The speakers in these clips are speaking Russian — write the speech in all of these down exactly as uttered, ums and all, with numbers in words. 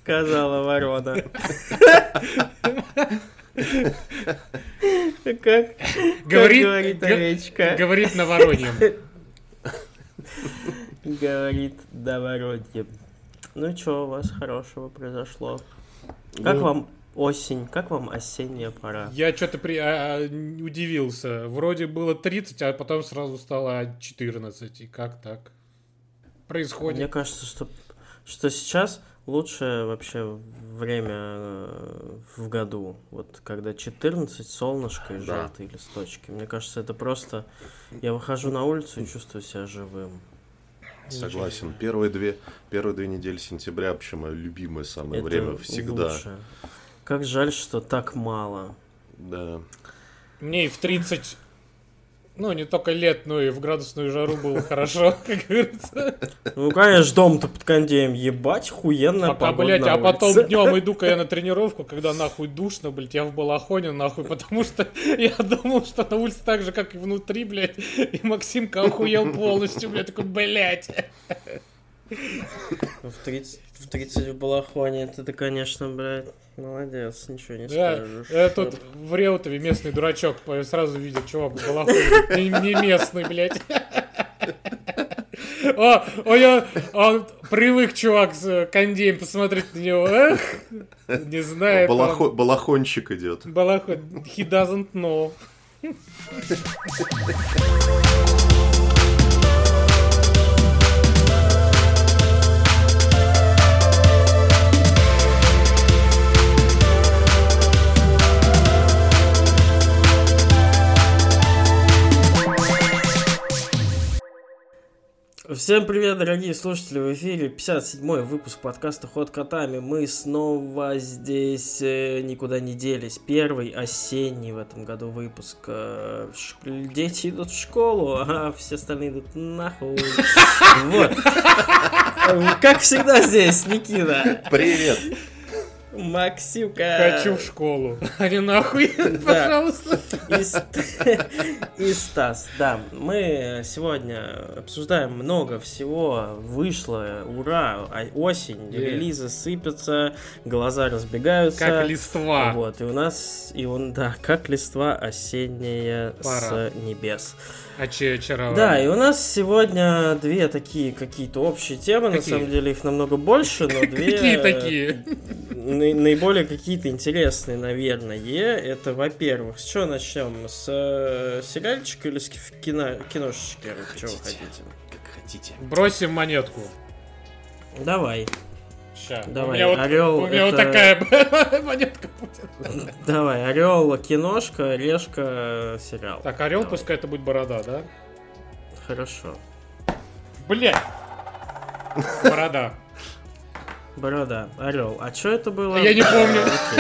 сказала ворона. Как говорит овечка. Говорит на вороньем. Говорит на вороньем. Ну что у вас хорошего произошло? Как вам осень? Как вам осенняя пора? Я что-то при... а, удивился. Вроде было тридцать, а потом сразу стало четырнадцать. И как так происходит? Мне кажется, что, что сейчас лучшее вообще время в году. Вот когда четырнадцать, солнышко и Да. желтые листочки. Мне кажется, это просто... Я выхожу на улицу и чувствую себя живым. Согласен. Первые две, первые две недели сентября вообще мое любимое самое Это время всегда. лучше. Как жаль, что так мало. Да. Мне и в тридцать, ну, не только лет, но и в градусную жару было хорошо, как говорится. Ну, конечно, дом-то под кондеем, ебать, хуенная Пока, погода блядь, на а потом улице. днем иду-ка я на тренировку, когда нахуй душно, блядь, я в балахоне, нахуй, потому что я думал, что на улице так же, как и внутри, блядь, и Максимка охуел полностью, блядь, такой, блядь. В тридцать, в тридцать в балахоне, это ты, конечно, блядь, молодец, ничего не Да, скажешь. я тут в Реутове местный дурачок, сразу видит, чувак в балахоне, не, не местный, блядь. О, о, я, он привык, чувак, с кондеем посмотреть на него. Эх, не знаю. Балахо- балахончик идет. Балахон, he doesn't know. Всем привет, дорогие слушатели, в эфире пятьдесят седьмой выпуск подкаста «Ход котами». Мы снова здесь, э, никуда не делись. Первый осенний в этом году выпуск. Э, ш- Дети идут в школу, а все остальные идут нахуй. Вот. Как всегда здесь, Никита. Привет. Максимка. Хочу в школу. А не нахуй, Да. пожалуйста. И, Ст- и Стас, да, мы сегодня обсуждаем много всего, вышло, ура, а- осень, Е. релизы сыпятся, глаза разбегаются. Как листва. Вот, и у нас, и он, да, как листва осенняя Пора. с небес. А че очарование? Да, и у нас сегодня две такие какие-то общие темы, на Какие? самом деле их намного больше, но две... Какие такие? на- наиболее какие-то интересные, наверное. Это, во-первых, с чего начнем? С э, сериальчика или с ки- кино, киношечки? Что вы хотите. хотите? Как хотите. Бросим монетку. Давай, Ща. Давай, у меня, вот, орел, у меня вот это- такая монетка будет. давай. Орел, киношка, решка, сериал. Так, орел, Давай. пускай это будет борода, да? Хорошо. Блять! Борода. Борода, орел. А что это было? Я не помню.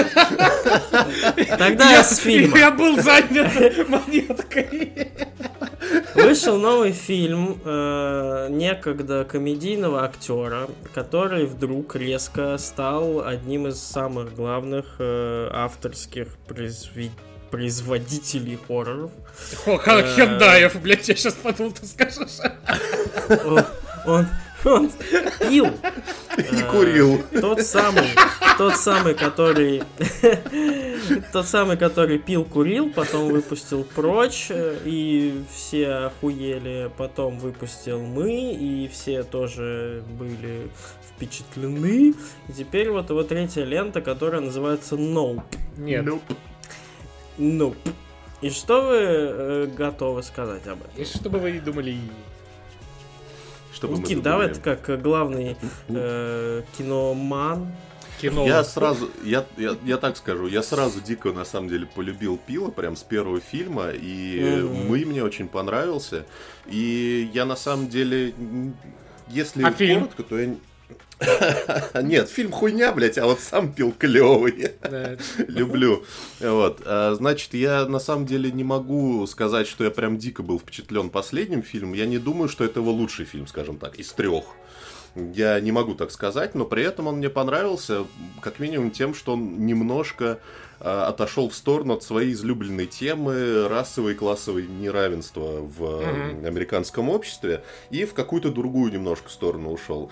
Тогда с фильма. Я был занят монеткой. Вышел новый фильм э, некогда комедийного актера, который вдруг резко стал одним из самых главных э, авторских произве- производителей хорроров. О, как Хендаев, блядь, я сейчас подумал, ты скажешь. Он, он, он пил. И э, курил. Тот самый, тот самый, который, тот самый, который пил, курил, потом выпустил «Прочь», э, и все охуели, потом выпустил «Мы», и все тоже были впечатлены. И теперь вот его третья лента, которая называется «Nope». Нет. Nope. Nope. И что вы э, готовы сказать об этом? И что бы вы думали? Чтобы мы Никит, думали. давай ты как э, главный э, киноман. Кино. Я сразу, я, я, я так скажу, я сразу дико на самом деле полюбил Пила прям с первого фильма, и Мгм. «Мы» мне очень понравился, и я на самом деле, м, если А фильм? коротко, то я... Нет, фильм хуйня, блядь, а вот сам Пил клевый. Да. Люблю. Вот. А, значит, я на самом деле не могу сказать, что я прям дико был впечатлен последним фильмом. Я не думаю, что это его лучший фильм, скажем так, из трех. Я не могу так сказать, но при этом он мне понравился, как минимум тем, что он немножко а, отошел в сторону от своей излюбленной темы расового и классового неравенства в mm-hmm. американском обществе и в какую-то другую немножко сторону ушел.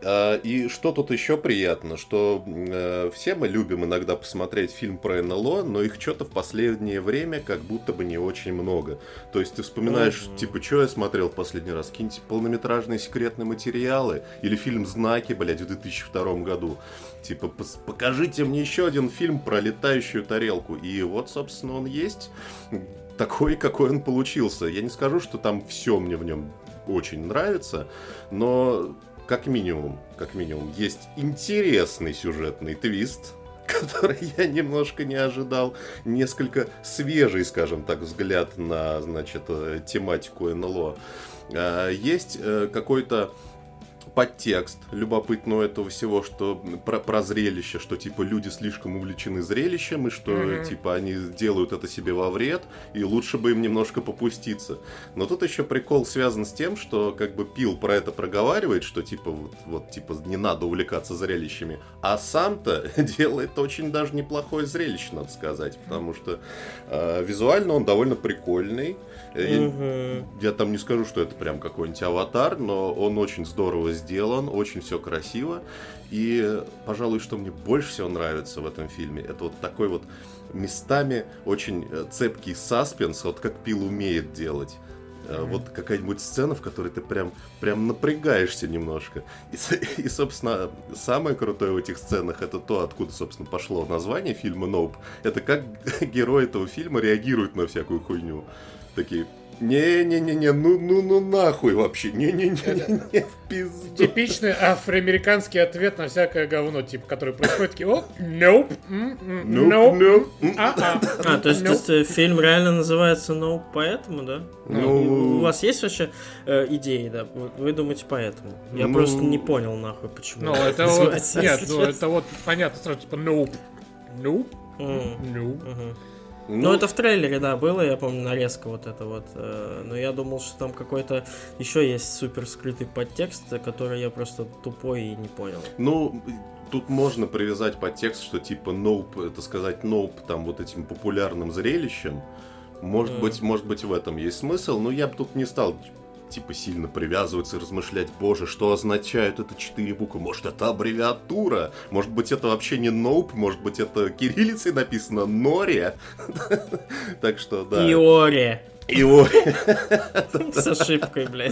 И что тут еще приятно, что э, все мы любим иногда посмотреть фильм про эн эл о, но их что-то в последнее время как будто бы не очень много. То есть ты вспоминаешь, mm-hmm. типа, что я смотрел в последний раз? Какие-нибудь полнометражные секретные материалы? Или фильм «Знаки», блядь, в две тысячи втором году? Типа, покажите мне еще один фильм про летающую тарелку. И вот, собственно, он есть. Такой, какой он получился. Я не скажу, что там все мне в нем очень нравится, но... Как минимум, как минимум, есть интересный сюжетный твист, который я немножко не ожидал. Несколько свежий, скажем так, взгляд на, значит, тематику эн эл о. Есть какой-то подтекст любопытного этого всего, что про, про зрелище, что типа люди слишком увлечены зрелищем, и что mm-hmm. типа они делают это себе во вред, и лучше бы им немножко попуститься. Но тут еще прикол связан с тем, что как бы Пил про это проговаривает, что типа вот, вот типа не надо увлекаться зрелищами, а сам-то делает очень даже неплохое зрелище, надо сказать, потому что э, визуально он довольно прикольный. Mm-hmm. Я, я там не скажу, что это прям какой-нибудь аватар, но он очень здорово сделан, очень все красиво. И, пожалуй, что мне больше всего нравится в этом фильме, это вот такой вот местами очень цепкий саспенс, вот как Пил умеет делать. Mm-hmm. Вот какая-нибудь сцена, в которой ты прям, прям напрягаешься немножко. И, и, собственно, самое крутое в этих сценах это то, откуда, собственно, пошло название фильма «Nope». Это как герой этого фильма реагирует на всякую хуйню. Такие, не-не-не-не, ну, ну, ну нахуй вообще, не-не-не-не, в пизду. Типичный афроамериканский ответ на всякое говно, типа, который происходит, такие, о, nope, nope, а, а, то есть фильм реально называется «Nope» поэтому, да? У вас есть вообще идеи, да? Вы думаете поэтому? Я просто не понял, нахуй, почему. Ну, это вот, нет, ну, это вот понятно сразу, типа, nope, nope, nope. Ну, ну, это в трейлере, да, было, я помню, нарезка вот это вот. Э, но я думал, что там какой-то еще есть супер скрытый подтекст, который я просто тупой и не понял. Ну, тут можно привязать подтекст, что типа nope, это сказать nope там вот этим популярным зрелищем. Может mm. быть, может быть в этом есть смысл, но я бы тут не стал типа сильно привязываться и размышлять, боже, что означают это четыре буквы? Может, это аббревиатура? Может быть, это вообще не nope? Может быть, это кириллицей написано Норе? Так что, да. Иоре. Иоре. С ошибкой, блядь.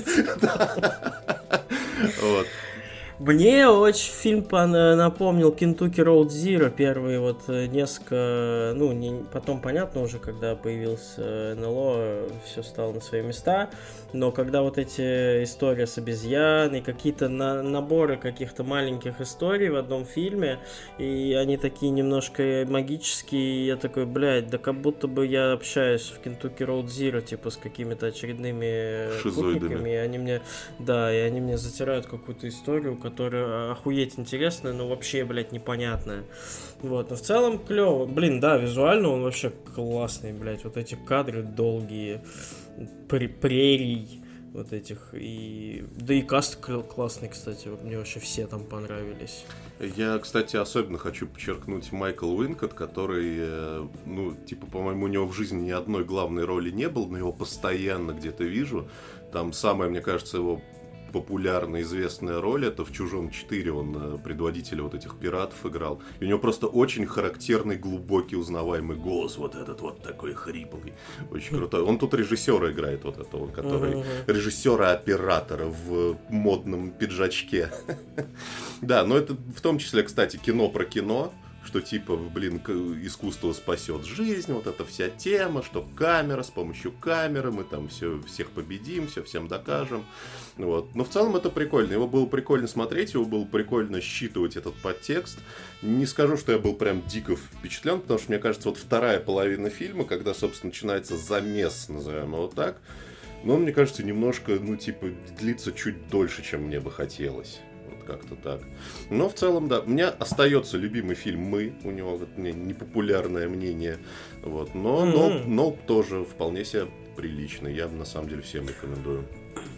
Вот. Мне очень фильм напомнил Kentucky Road Zero, первые вот несколько, ну, не, потом понятно уже, когда появился эн эл о, все стало на свои места, но когда вот эти истории с обезьяной, какие-то на, наборы каких-то маленьких историй в одном фильме, и они такие немножко магические, я такой, блядь, да как будто бы я общаюсь в Kentucky Road Zero, типа, с какими-то очередными путниками, и они мне, да, и они мне затирают какую-то историю, которая охуеть интересная, но вообще, блядь, непонятная. Вот, но в целом клево. Блин, да, визуально он вообще классный, блядь. Вот эти кадры долгие, прерий вот этих. И... Да и каст классный, кстати. Вот мне вообще все там понравились. Я, кстати, особенно хочу подчеркнуть Майкл Уинкотт, который, ну, типа, по-моему, у него в жизни ни одной главной роли не было, но его постоянно где-то вижу. Там самая, мне кажется, его популярная, известная роль, это в «Чужом четыре», он предводителя вот этих пиратов играл. И у него просто очень характерный, глубокий, узнаваемый голос, вот этот вот такой хриплый. Очень крутой. Он тут режиссера играет, вот этого, который uh-huh. режиссера-оператора в модном пиджачке. Да, но это в том числе, кстати, кино про кино, что типа, блин, искусство спасет жизнь, вот эта вся тема, что камера, с помощью камеры мы там все, всех победим, все всем докажем. Вот. Но в целом это прикольно, его было прикольно смотреть, его было прикольно считывать этот подтекст. Не скажу, что я был прям дико впечатлен, потому что, мне кажется, вот вторая половина фильма, когда, собственно, начинается замес, назовем его так, но он, мне кажется, немножко, ну, типа, длится чуть дольше, чем мне бы хотелось. Как-то так. Но в целом, да, у меня остается любимый фильм «Мы», у него вот, мне непопулярное мнение, вот, но mm-hmm. Nope, Nope тоже вполне себе приличный, я на самом деле всем рекомендую.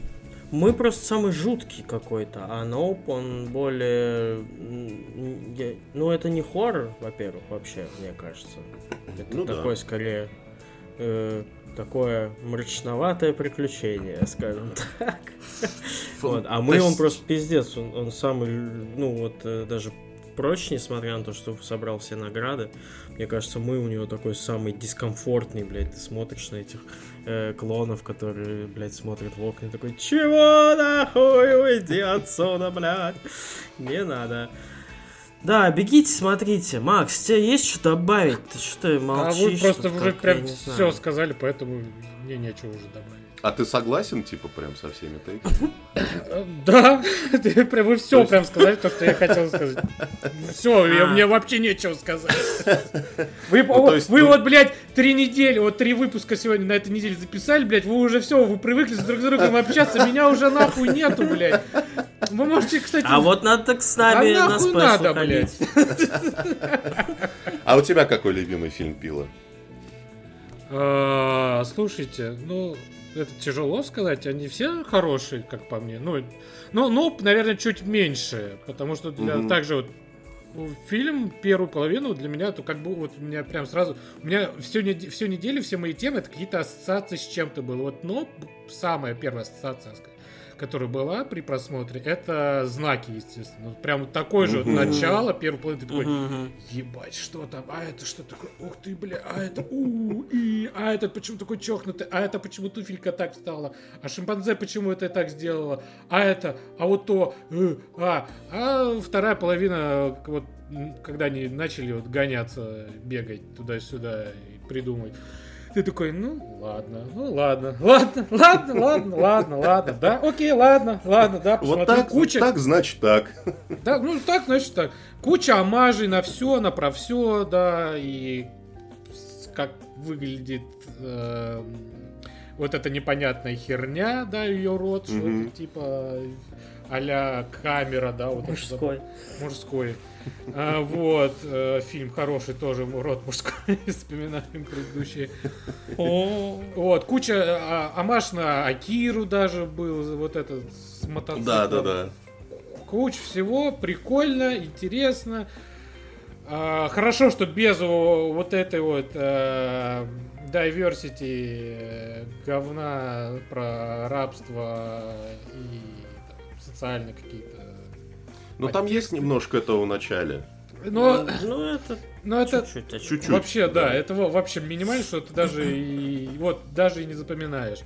Мы просто самый жуткий какой-то, а Nope, он более... Ну, это не хоррор, во-первых, вообще, мне кажется. Это ну, такое, да. скорее, э, такое мрачноватое приключение, скажем так. Вот. А мы, он просто пиздец, он, он самый, ну, вот, даже прочь, несмотря на то, что собрал все награды. Мне кажется, мы у него такой самый дискомфортный, блядь, ты смотришь на этих э, клонов, которые, блядь, смотрят в окна, такой, чего нахуй, уйди отсюда, блядь, не надо. Да, бегите, смотрите. Макс, тебе есть что добавить? Ты что, молчишь? А вы просто уже прям все сказали, поэтому мне нечего уже добавить. А ты согласен, типа, прям со всеми тейками? Да, вы все прям сказали, то, что я хотел сказать. Все, мне вообще нечего сказать. Вы вот, блядь, три недели, вот три выпуска сегодня на этой неделе записали, блядь, вы уже все, вы привыкли друг с другом общаться, меня уже нахуй нету, блядь. Вы можете, кстати... А вот надо с нами а на спешлу надо, ходить. А у тебя какой любимый фильм «Пила»? Слушайте, ну... Это тяжело сказать, они все хорошие, как по мне. Ну, ну, ну наверное, чуть меньше, потому что для, mm-hmm. также вот фильм первую половину для меня, то как бы вот у меня прям сразу, у меня всю, нед- всю неделю все мои темы это какие-то ассоциации с чем-то было. Вот, но самая первая ассоциация, которая была при просмотре, это знаки, естественно. Вот прям такое же mm-hmm. вот начало, первой половины, ты такой, mm-hmm. ебать, что там, а это что такое, ух ты, бля, а это, у и, а этот почему такой чохнутый, а это почему туфелька так встала, а шимпанзе почему это так сделала, а это, а вот то, э, а, а вторая половина, вот, когда они начали вот гоняться, бегать туда-сюда и придумывать, ты такой, ну, ладно, ну, ладно, ладно, ладно, ладно, ладно, ладно, да, окей, ладно, ладно, да, посмотрю. Вот так, куча... так, значит так. Да, ну, так, значит так. Куча омажей на все, на про все, да, и как выглядит э, вот эта непонятная херня, да, ее рот, mm-hmm. что это типа а-ля камера, да, вот мужской. Это, мужской. А, вот, э, фильм хороший тоже, рот мужской, вспоминаем предыдущие. Вот, куча, а, омаж на Акиру даже был, вот этот с мотоциклом. Да, да, да. Куча всего, прикольно, интересно. А, хорошо, что без вот этой вот а, diversity говна про рабство и там, социальные какие-то. Ну там есть немножко этого в начале. Но, ну это, но это чуть-чуть, а чуть-чуть. Вообще, да, да, это вообще минимально, что ты даже и вот даже и не запоминаешь.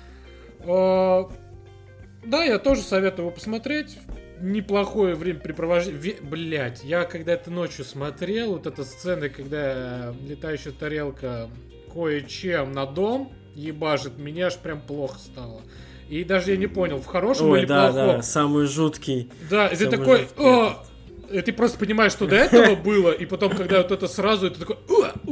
О, да, я тоже советую его посмотреть. Неплохое времяпрепровождение. Блять, я когда это ночью смотрел, вот эта сцена, когда летающая тарелка кое-чем на дом ебашит, мне аж прям плохо стало. И даже я не понял, в хорошем Ой, или да, плохом. Да, самый жуткий. Да, и ты такой, о, и ты просто понимаешь, что до этого было, и потом, когда вот это сразу, и ты такой...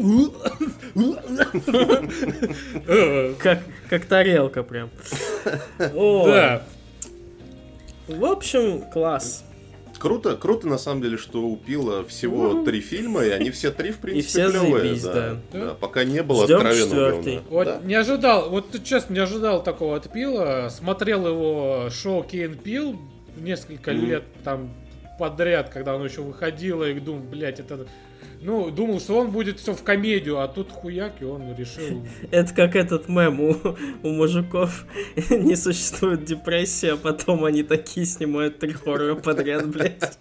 Как, как тарелка прям. Да. В общем, класс. Круто, круто на самом деле, что у Пила всего mm-hmm. три фильма, и они все три, в принципе, и все клевые. Заебись, да. Да. Да. Да, пока не было Ждем откровенного говна. Вот да. не ожидал, вот честно, не ожидал такого от Пила. Смотрел его шоу Key and Peele несколько mm-hmm. лет там подряд, когда оно еще выходило, и думал, блять, это... Ну, думал, что он будет все в комедию, а тут хуяк, и он решил... Это как этот мем у, у мужиков. Не существует депрессия, а потом они такие снимают три хоррора подряд, блядь.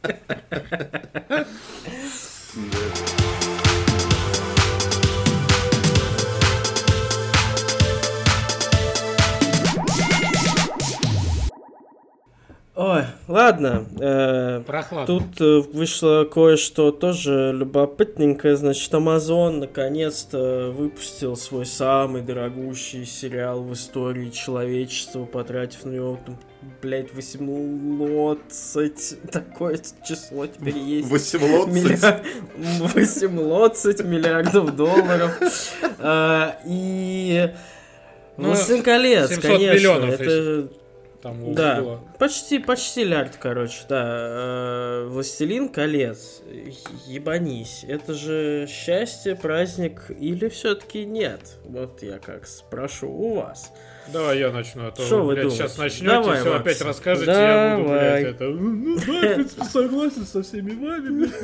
Ой, ладно. Э, тут э, вышло кое-что тоже любопытненькое. Значит, Amazon наконец-то выпустил свой самый дорогущий сериал в истории человечества, потратив на него, блять, восемнадцать... Такое число теперь есть. восемнадцать? Миллиард... восемнадцать миллиардов долларов. э, и... Ну, «Властелин колец», конечно. Миллионов, это... Там да, было. почти, почти лярд, короче, да. «Властелин колец», ебанись, это же счастье, праздник или все-таки нет? Вот я как спрошу у вас. Давай я начну, а то, Шо вы блядь, думаете? сейчас начнете, Давай, все Макс. опять расскажете, я буду, Давай. блядь, это... Ну, да, в принципе, согласен со всеми вами, блядь,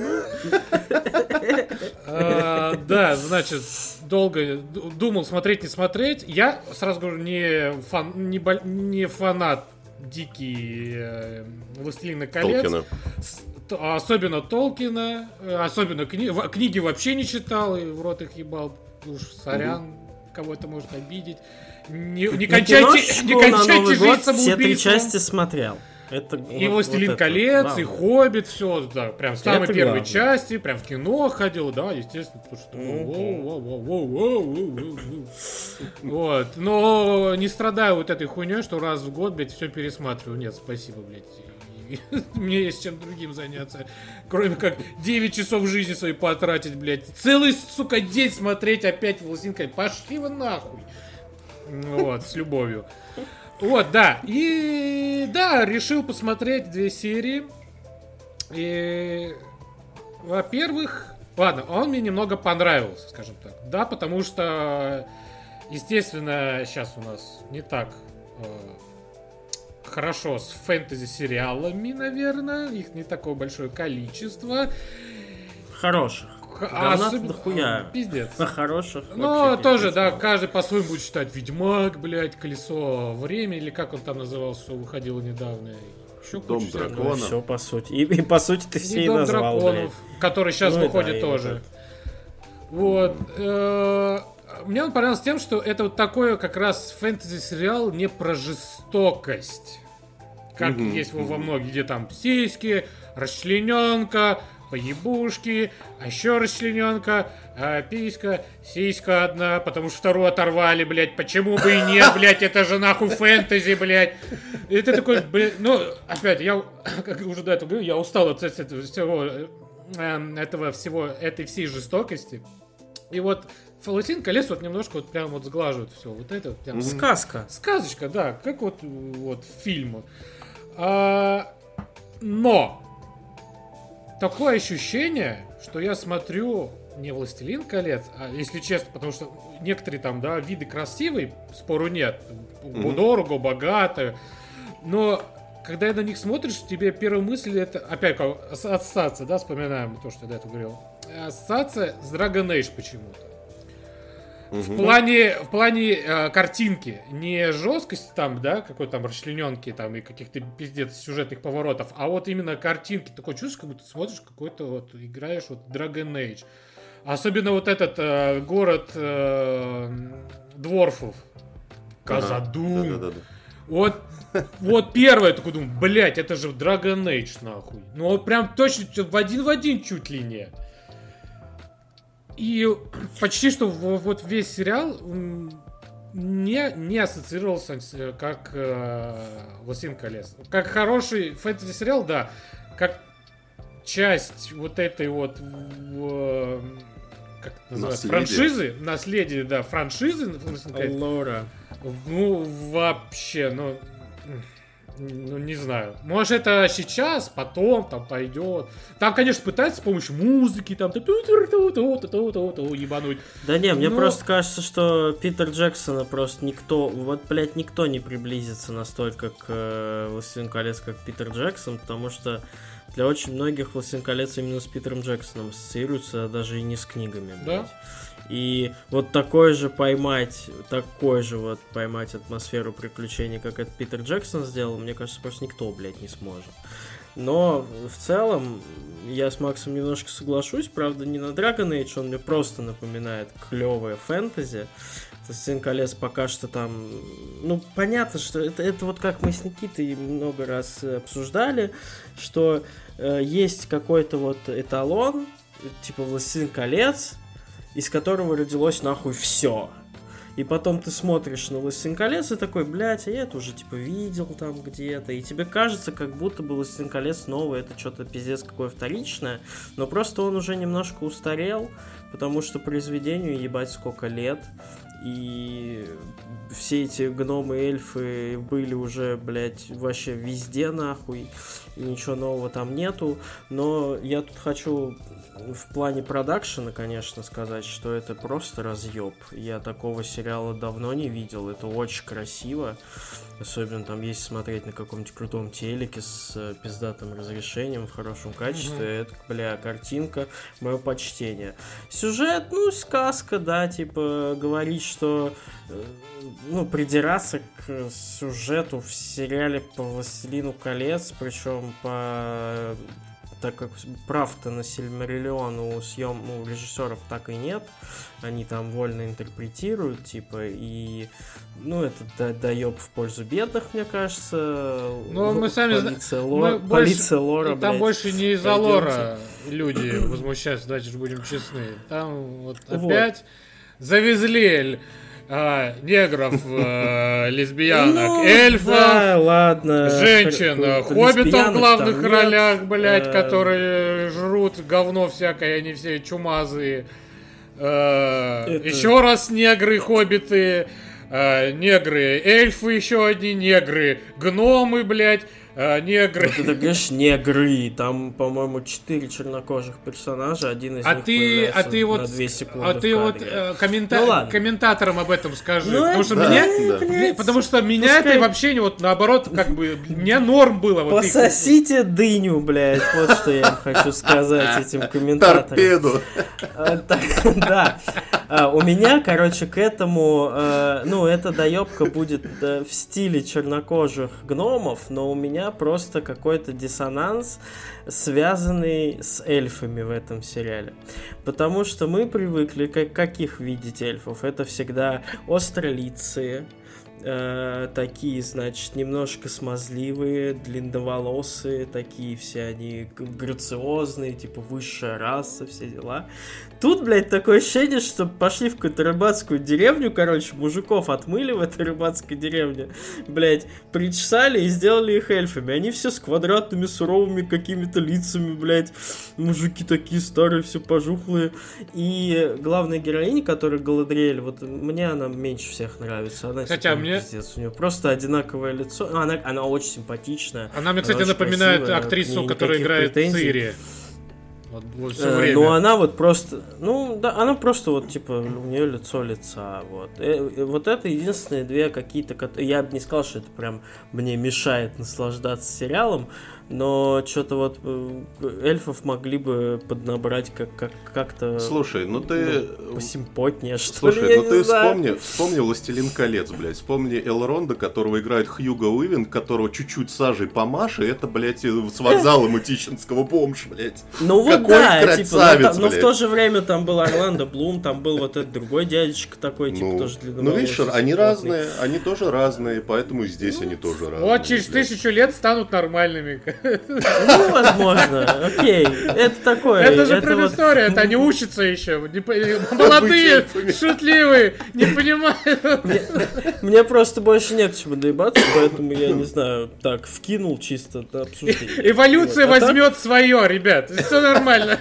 ну. А, Да, значит, долго д- думал, смотреть, не смотреть. Я, сразу говорю, не, фан, не, бол- не фанат дикий э, «Властелина колец». Толкина. С- т- Особенно Толкина, э, особенно кни- в- книги вообще не читал, и в рот их ебал. Уж сорян, кого это может обидеть. Не, не Ну, кончайте, не киношку на кончайте Новый жизнь год все три самоубийством. части смотрел. Это, И вот- «Властелин вот это, колец», да. и «Хоббит», все, да, прям с самой Это первой главное. части, прям в кино ходил, да, естественно, потому что... Мгм. воу-воу-воу-воу-воу-воу-воу-воу. Вот, но не страдаю вот этой хуйней, что раз в год, блядь, все пересматриваю. Нет, спасибо, блядь. Мне есть чем другим заняться, кроме как девять часов жизни своей потратить, блядь. Целый, сука, день смотреть опять «Властелин колец». Пошли вы нахуй. Вот, с любовью. Вот, да. И да, решил посмотреть две серии. И, во-первых, ладно, он мне немного понравился, скажем так. Да, потому что, естественно, сейчас у нас не так э, хорошо с фэнтези-сериалами, наверное. Их не такое большое количество. Хороших. Х- Говна-то особ- дохуя. Пиздец. А хороших Но вообще тоже, пиздец да, мало. каждый по-своему будет считать. «Ведьмак», блядь, «Колесо времени», или как он там назывался, что выходило недавно. Еще «Дом куча всякого. дракона». Все по сути. И, и по сути ты все И и «Дом назвал, драконов», который сейчас Ну и выходит да, и тоже. вот Вот. э, Мне он понравился тем, что это вот такой как раз фэнтези-сериал не про жестокость. Как Мгм, есть во, во мгм. многих, где там сиськи, расчлененка, поебушки, а еще расчлененка, а писька, сиська одна, потому что вторую оторвали, блядь. Почему бы и нет, блядь, это же нахуй фэнтези, блядь. И ты такой, блядь, ну, опять, я, как уже до этого говорил, я устал от этого всего, э, этого всего, этой всей жестокости. И вот «Властелин колец» вот немножко вот прям вот сглаживает все. Вот это вот прям ска- Сказка. сказочка, да, как вот, вот фильмы. А, но такое ощущение, что я смотрю не «Властелин колец», а, если честно, потому что некоторые там, да, виды красивые, спору нет, Мгм. дорого, богато, но когда на них смотришь, тебе первая мысль это, опять как ас- ассоциация, да, вспоминаем то, что я до этого говорил, ассоциация с Dragon Age почему-то. В Мгм. плане, в плане э, картинки, не жесткости там, да, какой-то там расчлененки там и каких-то пиздец сюжетных поворотов, а вот именно картинки. Такое чувство, как будто смотришь какой-то вот, играешь вот Dragon Age. Особенно вот этот э, город э, дворфов. Казадум. Да-да-да. Вот, вот первое, я такой думаю, блять, это же Dragon Age, нахуй. Ну вот прям точно в один в один чуть ли не. И почти что в- вот весь сериал м, не, не ассоциировался с- как э, «Властелин колец». Как хороший фэнтези-сериал, да. Как часть вот этой вот в- как это называется? Наследие. Франшизы. Наследие, да, франшизы. «Властелин колец». Лора. Ну, вообще, ну... Ну, не знаю. Может, это сейчас, потом, там, пойдет. Там, конечно, пытаются с помощью музыки, там, ебануть. Да не, мне Но- просто кажется, что Питер Джексона просто никто, вот, блядь, никто не приблизится настолько к э, «Властелину колец», как Питер Джексон, потому что для очень многих «Властелин колец» именно с Питером Джексоном ассоциируется, даже и не с книгами, Да? блядь. И вот такой же поймать, такой же вот поймать атмосферу приключений, как это Питер Джексон сделал, мне кажется, просто никто, блядь, не сможет. Но в целом я с Максом немножко соглашусь, правда, не на Dragon Age, он мне просто напоминает клевое фэнтези. «Властелин колец» пока что там... Ну, понятно, что это, это вот как мы с Никитой много раз обсуждали, что э, есть какой-то вот эталон, типа «Властелин колец», из которого родилось нахуй все. И потом ты смотришь на «Властелин колец» и такой, блядь, а я это уже типа видел там где-то. И тебе кажется, как будто бы «Властелин колец» новый, это что-то пиздец какое вторичное. Но просто он уже немножко устарел, потому что произведению ебать сколько лет. И все эти гномы, эльфы были уже, блядь, вообще везде нахуй. и ничего нового там нету, но я тут хочу в плане продакшена, конечно, сказать, что это просто разъеб. Я такого сериала давно не видел, это очень красиво, особенно там если смотреть на каком-нибудь крутом телеке с пиздатым разрешением в хорошем качестве, mm-hmm. это, бля, картинка, мое почтение. Сюжет, ну, сказка, да, типа, говорить, что, ну, придираться к сюжету в сериале по «Властелину колец», причем по... так как прав-то на Сильмариллион у съем, у режиссеров так и нет, они там вольно интерпретируют, типа, и, ну, это да, доеб в пользу бедных, мне кажется. Ну, мы сами знаем, лор, полиция больше, лора, там блядь, больше не из-за пойдемте. Лора люди возмущаются, давайте же будем честны. Там вот опять вот. Завезли А, негров, э, лесбиянок, ну, эльфов, да, ладно. женщин, Х- хоббитов в главных ролях, нет. блядь, которые жрут говно всякое, они все чумазые. Э, Это... Еще раз негры, хоббиты, э, негры, эльфы еще одни, негры, гномы, блядь. А, негры. Вот ты говоришь негры, там, по-моему, четыре чернокожих персонажа, один из а них ты, появляется а ты вот, на две секунды. А ты вот э, коммента... ну, комментаторам об этом скажи, ну, потому что да, меня, да. потому что меня Пускай... это вообще вот наоборот, как бы мне норм было. Вот пососите их... дыню, блядь, вот что я им хочу сказать этим комментаторам. Торпеду. Да. У меня, короче, к этому, ну, эта доебка будет в стиле чернокожих гномов, но у меня просто какой-то диссонанс, связанный с эльфами в этом сериале. Потому что мы привыкли, как, каких видеть эльфов. Это всегда остролицые, э, такие, значит, немножко смазливые, длинноволосые, такие все они грациозные, типа высшая раса, все дела. Тут, блядь, такое ощущение, что пошли в какую-то рыбацкую деревню, короче, мужиков отмыли в этой рыбацкой деревне, блядь, причесали и сделали их эльфами. Они все с квадратными, суровыми какими-то лицами, блядь, мужики такие старые, все пожухлые. И главная героиня, которая Галадриэль, вот мне она меньше всех нравится. Она, хотя типа, мне... пиздец, у нее просто одинаковое лицо. Она, она очень симпатичная. Она мне, кстати, она напоминает красивая, актрису, которая играет в Цири. Вот, вот все время. Ну, она вот просто, ну, да, она просто вот, типа, у нее лицо лица, вот. И, вот это единственные две какие-то, я бы не сказал, что это прям мне мешает наслаждаться сериалом, но что-то вот эльфов могли бы поднабрать как- как- как-то... Слушай, ну ты... Ну, посимпотнее, что Слушай, ли, ну ты вспомни, вспомни «Властелин колец», блядь. Вспомни Элронда, которого играет Хьюго Уивен, которого чуть-чуть сажей помашь, и это, блядь, с вокзала Мытищинского бомж, блядь. Ну вот какой да, красавец, типа, но, там, но в блядь. то же время там был Орландо Блум, там был вот этот другой дядечка такой, типа, ну, тоже длинноволосый. Ну, видишь, они разные, они тоже разные, поэтому и здесь ну, они тоже разные. Вот через блядь. тысячу лет станут нормальными. Ну, возможно, окей, это такое. Это же предыстория, это они учатся еще, молодые, шутливые, не понимают. Мне просто больше не к чему доебаться, поэтому я не знаю, так, вкинул чисто на обсуждение. Эволюция возьмет свое, ребят, все нормально.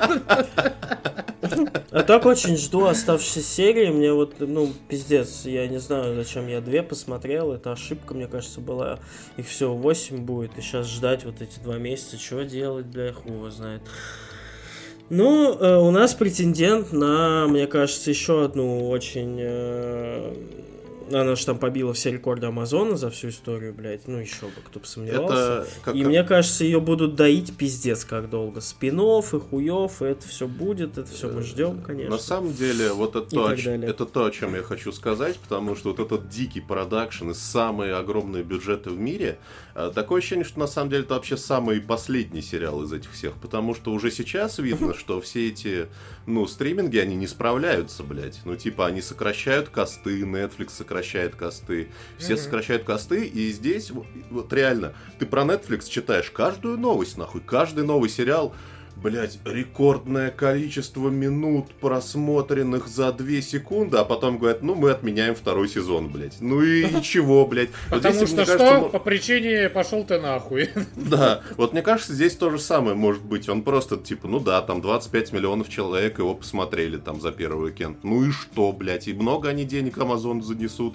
А так очень жду оставшиеся серии. Мне вот, ну, пиздец, я не знаю, зачем я две посмотрел. Это ошибка, мне кажется, была. Их всего восемь будет. И сейчас ждать вот эти два месяца, что делать, бля, хуй его знает. Ну, э, у нас претендент на, мне кажется, еще одну очень... Э, она же там побила все рекорды Амазона за всю историю, блядь. Ну, еще бы, кто бы сомневался. Как... И мне кажется, ее будут доить пиздец как долго. Спин-офф и хуёв, и это все будет, это все мы ждем, конечно. На самом деле, вот это то, это то, о чем я хочу сказать, потому что вот этот дикий продакшн и самые огромные бюджеты в мире, такое ощущение, что на самом деле это вообще самый последний сериал из этих всех, потому что уже сейчас видно, что все эти, ну, стриминги, они не справляются, блядь. Ну, типа, они сокращают косты, Netflix сокращает косты, все mm-hmm. сокращают косты, и здесь, вот, вот реально, ты про Netflix читаешь каждую новость, нахуй, каждый новый сериал, блять, рекордное количество минут просмотренных за две секунды, а потом говорят, ну, мы отменяем второй сезон, блять. Ну и ничего, блять. Потому вот здесь, что что? Кажется, по причине пошел ты нахуй. Да, вот мне кажется, здесь то же самое может быть. Он просто, типа, ну да, там двадцать пять миллионов человек его посмотрели там за первый уикенд. Ну и что, блять, и много они денег Амазон занесут.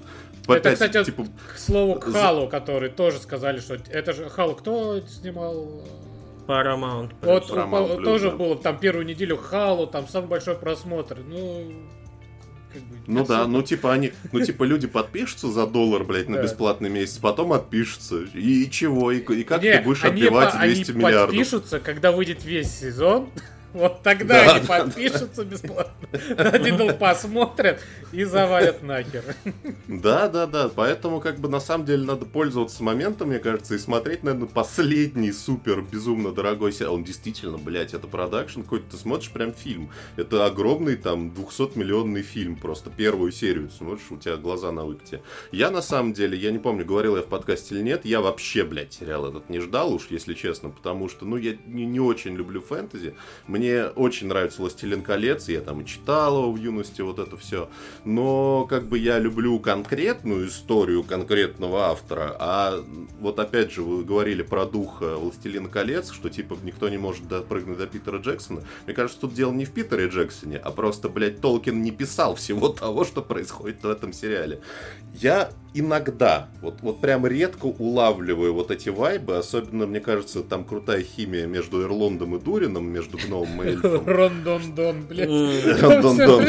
Это, опять, кстати, типа... к слову, к Халу, который тоже сказали, что это же Хал, кто снимал... Paramount. Вот Paramount Plus, тоже да. было там первую неделю Халу, там самый большой просмотр. Ну, как бы, Ну да, особо. ну типа они, ну типа люди подпишутся за доллар, блядь, на Да. бесплатный месяц, потом отпишутся. И, и чего? И, и как Не, ты будешь они отбивать по- двести они миллиардов? подпишутся, когда выйдет весь сезон. Вот тогда Да, они да, подпишутся бесплатно. Один посмотрят и завалят нахер. Да, да, да. Поэтому, как бы, на самом деле, надо пользоваться моментом, мне кажется, и смотреть, наверное, последний супер безумно дорогой сериал. Он действительно, блядь, это продакшн какой-то. Ты смотришь прям фильм. Это огромный, там, двухсотмиллионный фильм. Просто первую серию ты смотришь, у тебя глаза на выкате. Я, на самом деле, я не помню, говорил я в подкасте или нет, я вообще, блядь, сериал этот не ждал уж, если честно, потому что, ну, я не, не очень люблю фэнтези. Мне очень нравится «Властелин колец», я там и читал его в юности, вот это все. Но как бы я люблю конкретную историю конкретного автора, а вот опять же вы говорили про дух «Властелина колец», что типа никто не может допрыгнуть до Питера Джексона. Мне кажется, тут дело не в Питере Джексоне, а просто, блядь, Толкин не писал всего того, что происходит в этом сериале. Я иногда, вот, вот прям редко улавливаю вот эти вайбы, особенно, мне кажется, там крутая химия между Эрлондом и Дурином, между гномом и эльфом. Рон-дон-дон, блядь. Рон-дон-дон.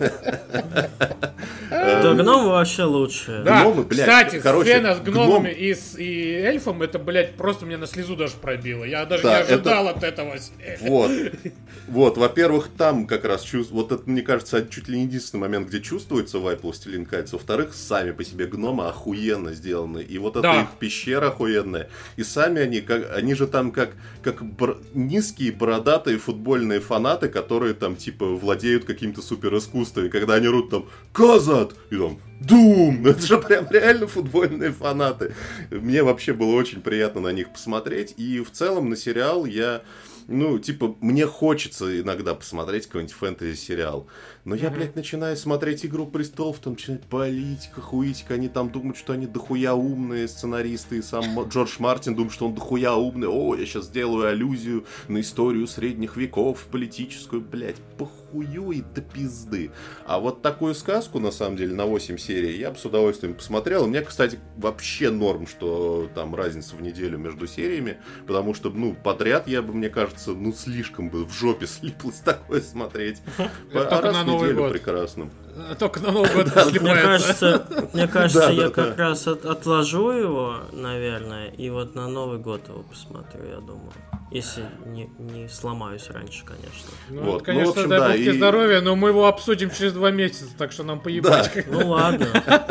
Да, гном вообще лучше. Да, Гномы, блядь, кстати, короче, сцена с гномами гном- и, с, и эльфом, это, блядь, просто меня на слезу даже пробило. Я даже Да, не ожидал от этого. Вот. Вот, во-первых, там как раз чувств... Вот это, мне кажется, чуть ли не единственный момент, где чувствуется вайп «Властелин колец». Во-вторых, сами по себе гномы охуенно сделаны. И вот Да. эта их пещера охуенная. И сами они, как, они же там как, как бр- низкие бородатые футбольные фанаты, которые там типа владеют каким-то суперискусством. И когда они рут там «Казат!» и там «Дум!» Это же прям реально футбольные фанаты. Мне вообще было очень приятно на них посмотреть. И в целом на сериал я... Ну, типа, мне хочется иногда посмотреть какой-нибудь фэнтези-сериал. Но я, блядь, начинаю смотреть «Игру престолов», там начинает политика, хуитика. Они там думают, что они дохуя умные сценаристы. И сам Джордж Мартин думает, что он дохуя умный. О, я сейчас сделаю аллюзию на историю средних веков, политическую, блядь. Похую и до пизды. А вот такую сказку, на самом деле, на восемь серий, я бы с удовольствием посмотрел. И мне, кстати, вообще норм, что там разница в неделю между сериями. Потому что, ну, подряд я бы, мне кажется, ну, слишком бы в жопе слиплось такое смотреть. Только на Новый год. Прекрасно. Только на Новый год Мне слипается. кажется, мне кажется, Да, я да, как да. раз от- отложу его, наверное, и вот на Новый год его посмотрю, я думаю. Если не, не сломаюсь раньше, конечно. Ну, Вот, это, конечно, ну, в общем, дай да, бог тебе и- здоровья, но мы его обсудим через два месяца, так что нам поебать. Ну ладно,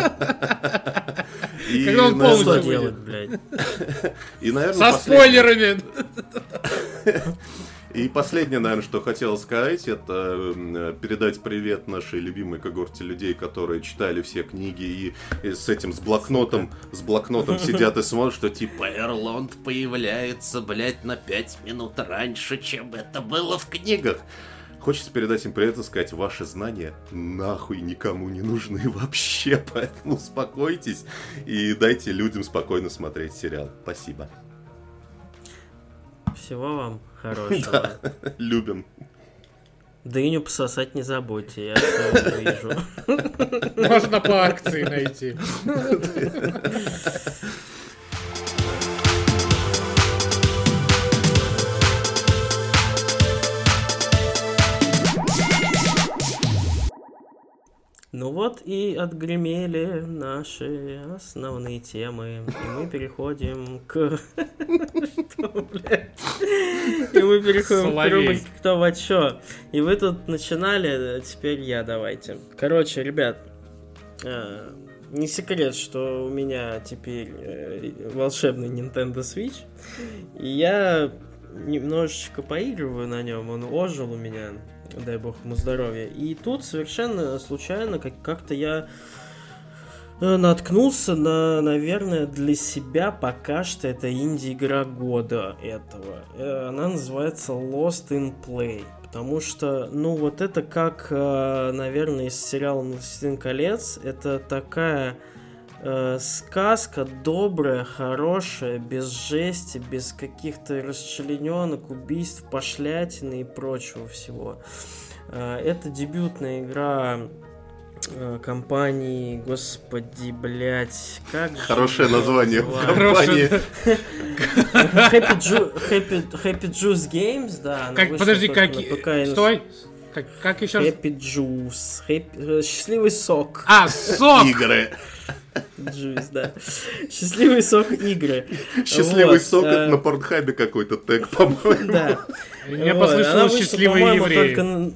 И, Когда он наверное, полностью что выйдет. делать, блядь? и, наверное, Со последнее- спойлерами! И последнее, наверное, что хотел сказать, это э, передать привет нашей любимой когорте людей, которые читали все книги и, и с этим, с блокнотом, с блокнотом сидят и смотрят, что типа Эрлонд появляется, блядь, на пять минут раньше, чем это было в книгах. Хочется передать им привет и сказать, ваши знания нахуй никому не нужны вообще, поэтому успокойтесь и дайте людям спокойно смотреть сериал. Спасибо. Всего вам хорошего. Любим. Дыню пососать не забудьте, я все вижу. Можно по акции найти. Ну вот и отгремели наши основные темы. И мы переходим к... Что, блядь? И мы переходим к Соловей. рубрике «Кто во чё?». И вы тут начинали, а теперь я, давайте. Короче, ребят, э, не секрет, что у меня теперь э, волшебный Nintendo Switch. И я немножечко поигрываю на нем, он ожил у меня. Дай бог ему здоровья. И тут совершенно случайно как- как-то я э, наткнулся на, наверное, для себя пока что это инди-игра года этого. Э, Она называется Lost in Play. Потому что, ну, вот это как, э, наверное, из сериала «Властелин колец». Это такая э, сказка добрая, хорошая, без жести, без каких-то расчлененок, убийств, пошлятины и прочего всего. Э, это дебютная игра компании, господи, блять, как же Хорошее его название в называют? компании. Happy, Ju- Happy, Happy Juice Games, да. она Как, вышла подожди, только как... на ПК и на- Стой! Как, как еще раз? Happy Juice. Happy- э, Счастливый сок. А, сок! Игры. Juice, да. Счастливый сок игры. Счастливый Вот, сок, э, это на Порнхабе какой-то тег, по-моему. Да. Мне Вот, она послышалось вышла, счастливые по-моему, евреи. Только на...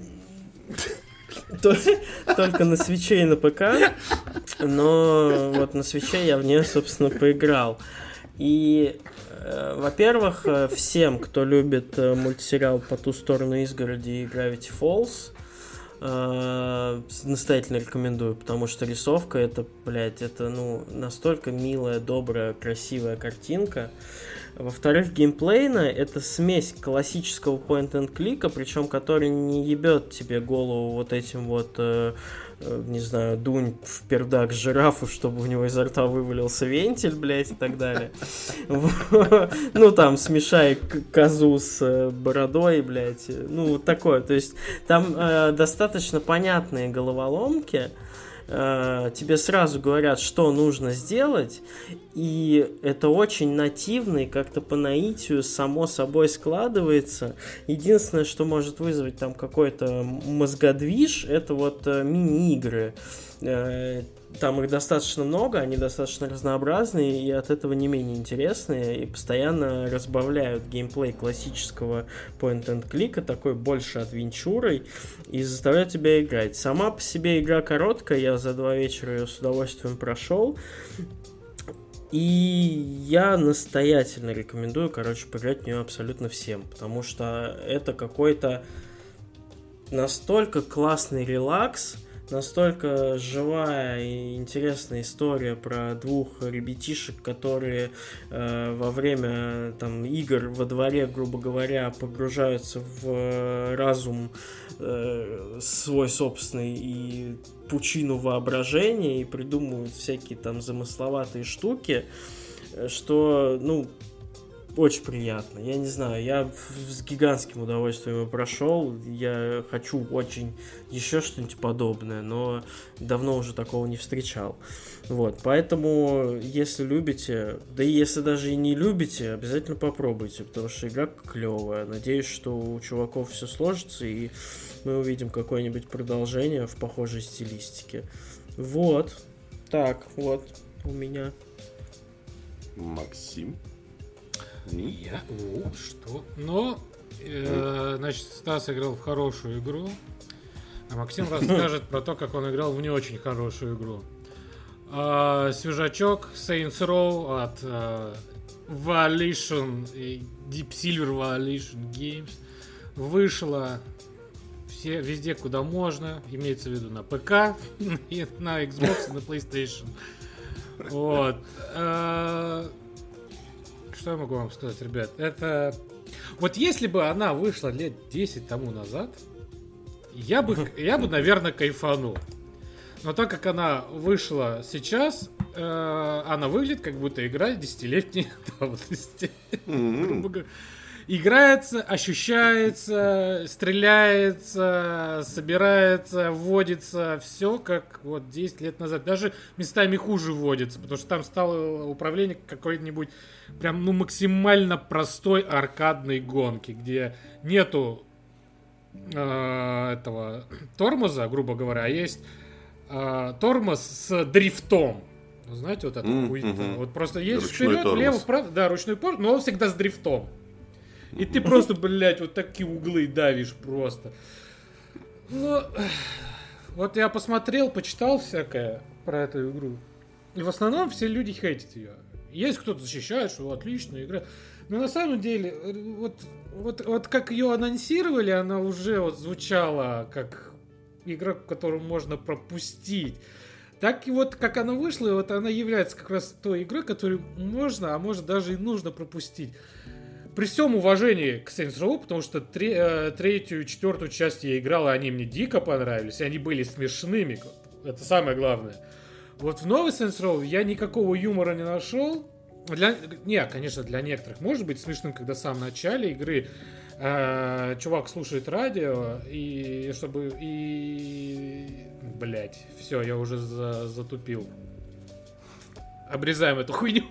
То- Только на свече и на ПК. Но вот на свече я в нее, собственно, поиграл. И, э, во-первых, э, всем, кто любит э, мультсериал «По ту сторону изгороди» и Gravity Falls, э, настоятельно рекомендую, потому что рисовка это, блядь, это, ну, настолько милая, добрая, красивая картинка. Во-вторых, геймплейно это смесь классического point-and-клика, причем который не ебет тебе голову вот этим вот, э, э, не знаю, дунь в пердак жирафу, чтобы у него изо рта вывалился вентиль, блядь, и так далее. Ну, там, смешай козу с бородой, блядь, ну, вот такое. То есть, там достаточно понятные головоломки, тебе сразу говорят, что нужно сделать, и это очень нативно и как-то по наитию само собой складывается. Единственное, что может вызвать там какой-то мозгодвиж, это вот мини-игры. Там их достаточно много, они достаточно разнообразные и от этого не менее интересные, и постоянно разбавляют геймплей классического point-and-клика, такой больше адвенчурой, и заставляют тебя играть. Сама по себе игра короткая, я за два вечера ее с удовольствием прошел, и я настоятельно рекомендую, короче, поиграть в нее абсолютно всем, потому что это какой-то настолько классный релакс, настолько живая и интересная история про двух ребятишек, которые э, во время там, игр во дворе, грубо говоря, погружаются в разум э, свой собственный и пучину воображения и придумывают всякие там замысловатые штуки, что, ну, очень приятно. Я не знаю, я с гигантским удовольствием его прошел. Я хочу очень еще что-нибудь подобное, но давно уже такого не встречал. Вот, поэтому, если любите, да и если даже и не любите, обязательно попробуйте, потому что игра клевая. Надеюсь, что у чуваков все сложится, и мы увидим какое-нибудь продолжение в похожей стилистике. Вот. Так, вот у меня. Максим. Я? О, что? Ну, э, значит, Стас играл в хорошую игру, а Максим расскажет про то, как он играл в не очень хорошую игру. А, свежачок Saints Row от э, Volition и Deep Silver Volition Games вышла все, везде, куда можно, имеется в виду на ПК, и на Xbox и на PlayStation. Вот. Что я могу вам сказать, ребят? Это... Вот если бы она вышла лет десять тому назад, я бы, я бы, наверное, кайфанул. Но так как она вышла сейчас, э, она выглядит как будто игра десятилетней давности. Mm-hmm. Играется, ощущается, стреляется, собирается, вводится. Все как вот десять лет назад. Даже местами хуже вводится, потому что там стало управление какой-нибудь прям, ну, максимально простой аркадной гонки, где нету э, этого тормоза, грубо говоря, а есть э, тормоз с дрифтом. Ну, знаете, вот это mm-hmm. хуйня. Вот просто едешь вперед, влево, вправо, да, ручной тормоз, но он всегда с дрифтом. И ты просто, блядь, вот такие углы давишь просто. Ну, вот я посмотрел, почитал всякое про эту игру. И в основном все люди хейтят ее. Есть кто-то защищает, что отличная игра. Но на самом деле, вот, вот, вот как ее анонсировали, она уже вот звучала как игра, которую можно пропустить. Так и вот, как она вышла, вот она является как раз той игрой, которую можно, а может даже и нужно пропустить. При всем уважении к Saints Row, потому что тре- э, третью, четвертую часть я играл, и они мне дико понравились, и они были смешными. Это самое главное. Вот в новый Saints Row я никакого юмора не нашел. Для... Не, конечно, для некоторых может быть смешным, когда в самом начале игры А, чувак слушает радио, и чтобы... И... Блять, все, я уже за, затупил. Обрезаем эту хуйню.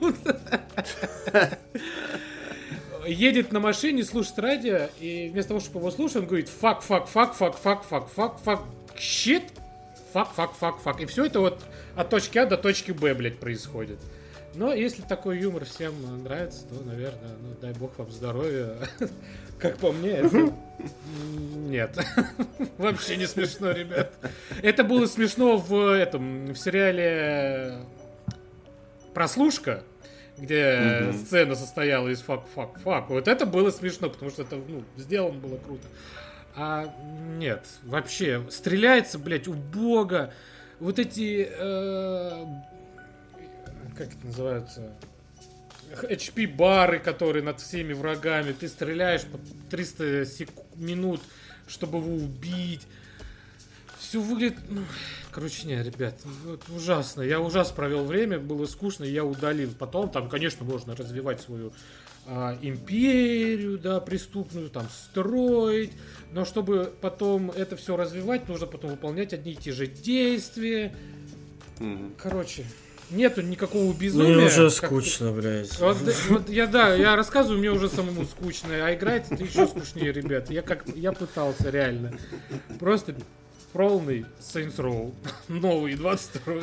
Едет на машине, слушает радио, и вместо того, чтобы его слушать, он говорит фак, фак, фак, фак, фак, фак, фак, фак, щит, фак, фак, фак, фак. И все это вот от точки А до точки Б, блядь, происходит. Но если такой юмор всем нравится, то, наверное, ну, дай бог вам здоровья. Как по мне, это... Нет. Вообще не смешно, ребят. Это было смешно в этом, в сериале «Прослушка», где mm-hmm. сцена состояла из фак-фак-фак. Вот это было смешно, потому что это, ну, сделано было круто. А нет, вообще, стреляется, блядь, убого. Вот эти... Э, как это называется? эйч пи-бары, которые над всеми врагами. Ты стреляешь по триста секунд, минут, чтобы его убить. Все выглядит... Ну, короче, не, ребят, вот ужасно. Я ужасно провел время, было скучно, и я удалил. Потом там, конечно, можно развивать свою а, империю, да, преступную, там, строить. Но чтобы потом это все развивать, нужно потом выполнять одни и те же действия. Mm-hmm. Короче... Нету никакого безумия. Мне уже скучно, как... блядь. Вот, вот я, да, я рассказываю, мне уже самому скучно. А играть это еще скучнее, ребят. Я как я пытался, реально. Просто полный Saints Row. Новый, двадцать второй.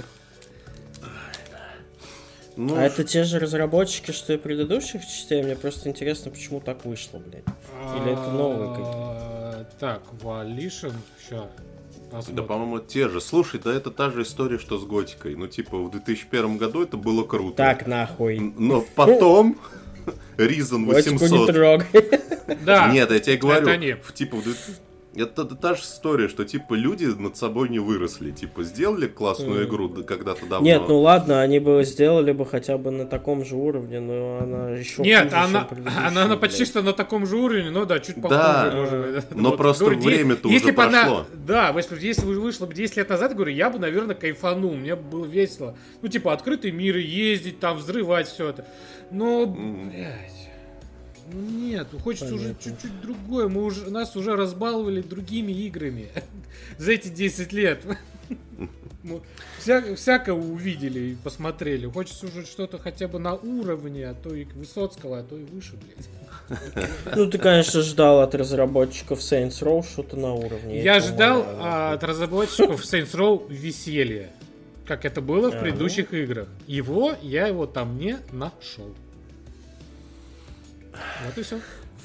Ну, а это те же разработчики, что и предыдущих частей? Мне просто интересно, почему так вышло, блядь. Или это новые какие-то? Так, Volition, ща. Посмотрим. Да, по-моему, те же. Слушай, да это та же история, что с Готикой. Ну, типа, в две тысячи первом году это было круто. Так, нахуй. Но потом... Reason восемьсот. Готику не трогай. Да. Нет, я тебе говорю, типа, это та же история, что, типа, люди над собой не выросли. Типа, сделали классную игру когда-то давно. Нет, ну ладно, они бы сделали бы хотя бы на таком же уровне, но она еще Нет, хуже, она, она, она почти что на таком же уровне, но да, чуть похуже. Да, может, но вот, просто говорю, время-то если уже прошло. Она, да, если, если вышло бы десять лет назад, говорю, я бы, наверное, кайфанул, мне было весело. Ну, типа, открытый мир, ездить там, взрывать все это. Но, mm. блядь... Нет, хочется Понятно. Уже чуть-чуть другое. Мы уже, нас уже разбаловали другими играми за эти десять лет. Вся, всякое увидели и посмотрели. Хочется уже что-то хотя бы на уровне, а то и Высоцкого, а то и выше, блядь. Ну, ты, конечно, ждал от разработчиков Saints Row что-то на уровне. Я ждал а, от разработчиков Saints Row веселья, как это было в предыдущих играх. Его, я его там не нашел. Вот и все.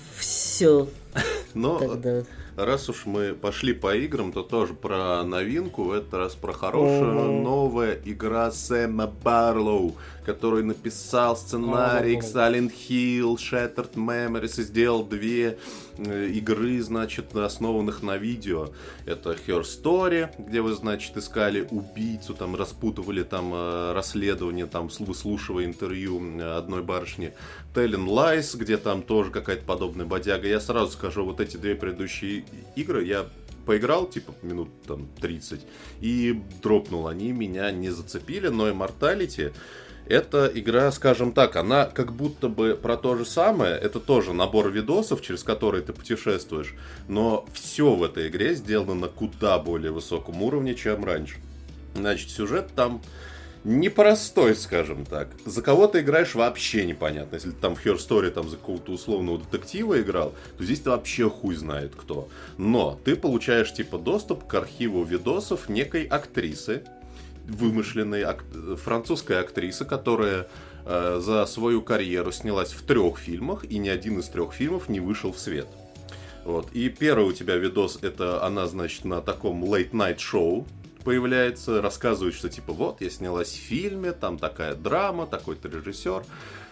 Все. Но Тогда... раз уж мы пошли по играм, то тоже про новинку. В этот раз про хорошую О-о-о. новая игра Сэма Барлоу, который написал сценарий к Silent Hill, Shattered Memories и сделал две э, игры, значит, основанных на видео. Это Her Story, где вы, значит, искали убийцу, там распутывали там э, расследование, там выслушивая интервью одной барышни. Telling Lies, где там тоже какая-то подобная бодяга. Я сразу скажу, вот эти две предыдущие игры я поиграл, типа, минут там тридцать, и дропнул. Они меня не зацепили, но Immortality это игра, скажем так, она как будто бы про то же самое. Это тоже набор видосов, через которые ты путешествуешь, но все в этой игре сделано на куда более высоком уровне, чем раньше. Значит, сюжет там непростой, скажем так. За кого ты играешь, вообще непонятно. Если ты там в Her Story там, за какого-то условного детектива играл, то здесь ты вообще хуй знает кто. Но ты получаешь типа доступ к архиву видосов некой актрисы, вымышленной ак... французской актрисы, которая э, за свою карьеру снялась в трех фильмах, и ни один из трех фильмов не вышел в свет. Вот. И первый у тебя видос, это она, значит, на таком late-night шоу появляется, рассказывает, что типа вот, я снялась в фильме, там такая драма, такой-то режиссер.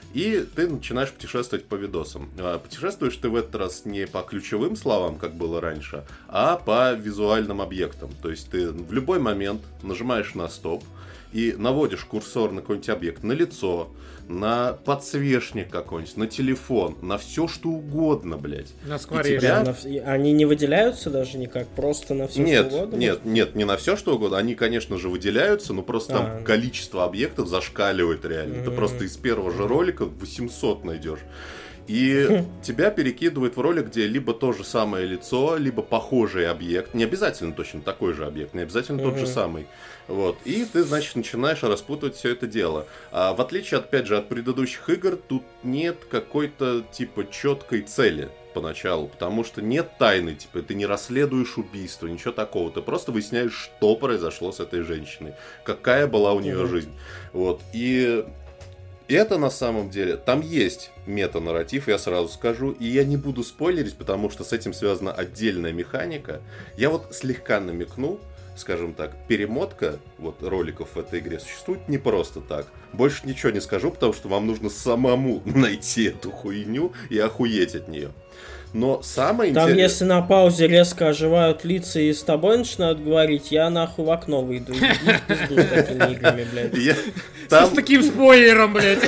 И ты начинаешь путешествовать по видосам. Путешествуешь ты в этот раз не по ключевым словам, как было раньше, а по визуальным объектам. То есть ты в любой момент нажимаешь на стоп и наводишь курсор на какой-нибудь объект, на лицо, на подсвечник какой-нибудь, на телефон, на все что угодно, блядь. На скворечник. Тебя... Они не выделяются даже никак, просто на все нет, что угодно? Нет, может? нет, не на все что угодно. Они, конечно же, выделяются, но просто а, там количество объектов зашкаливает реально. Mm-hmm. Ты просто из первого же ролика восемьсот найдешь. И тебя перекидывают в роли, где либо то же самое лицо, либо похожий объект. Не обязательно точно такой же объект, не обязательно тот же самый. Вот. И ты, значит, начинаешь распутывать все это дело. А в отличие, опять же, от предыдущих игр, тут нет какой-то, типа, четкой цели поначалу, потому что нет тайны, типа, ты не расследуешь убийство, ничего такого, ты просто выясняешь, что произошло с этой женщиной, какая была у нее mm-hmm. жизнь. Вот. И это на самом деле, там есть мета-нарратив, я сразу скажу, и я не буду спойлерить, потому что с этим связана отдельная механика. Я вот слегка намекну, скажем так, перемотка вот роликов в этой игре существует не просто так. Больше ничего не скажу, потому что вам нужно самому найти эту хуйню и охуеть от нее. Но самое Там, интересное... если на паузе резко оживают лица и с тобой начинают говорить, я нахуй в окно выйду. Иди в пизду с такими играми, блядь. Я... Там... С таким спойлером, блядь.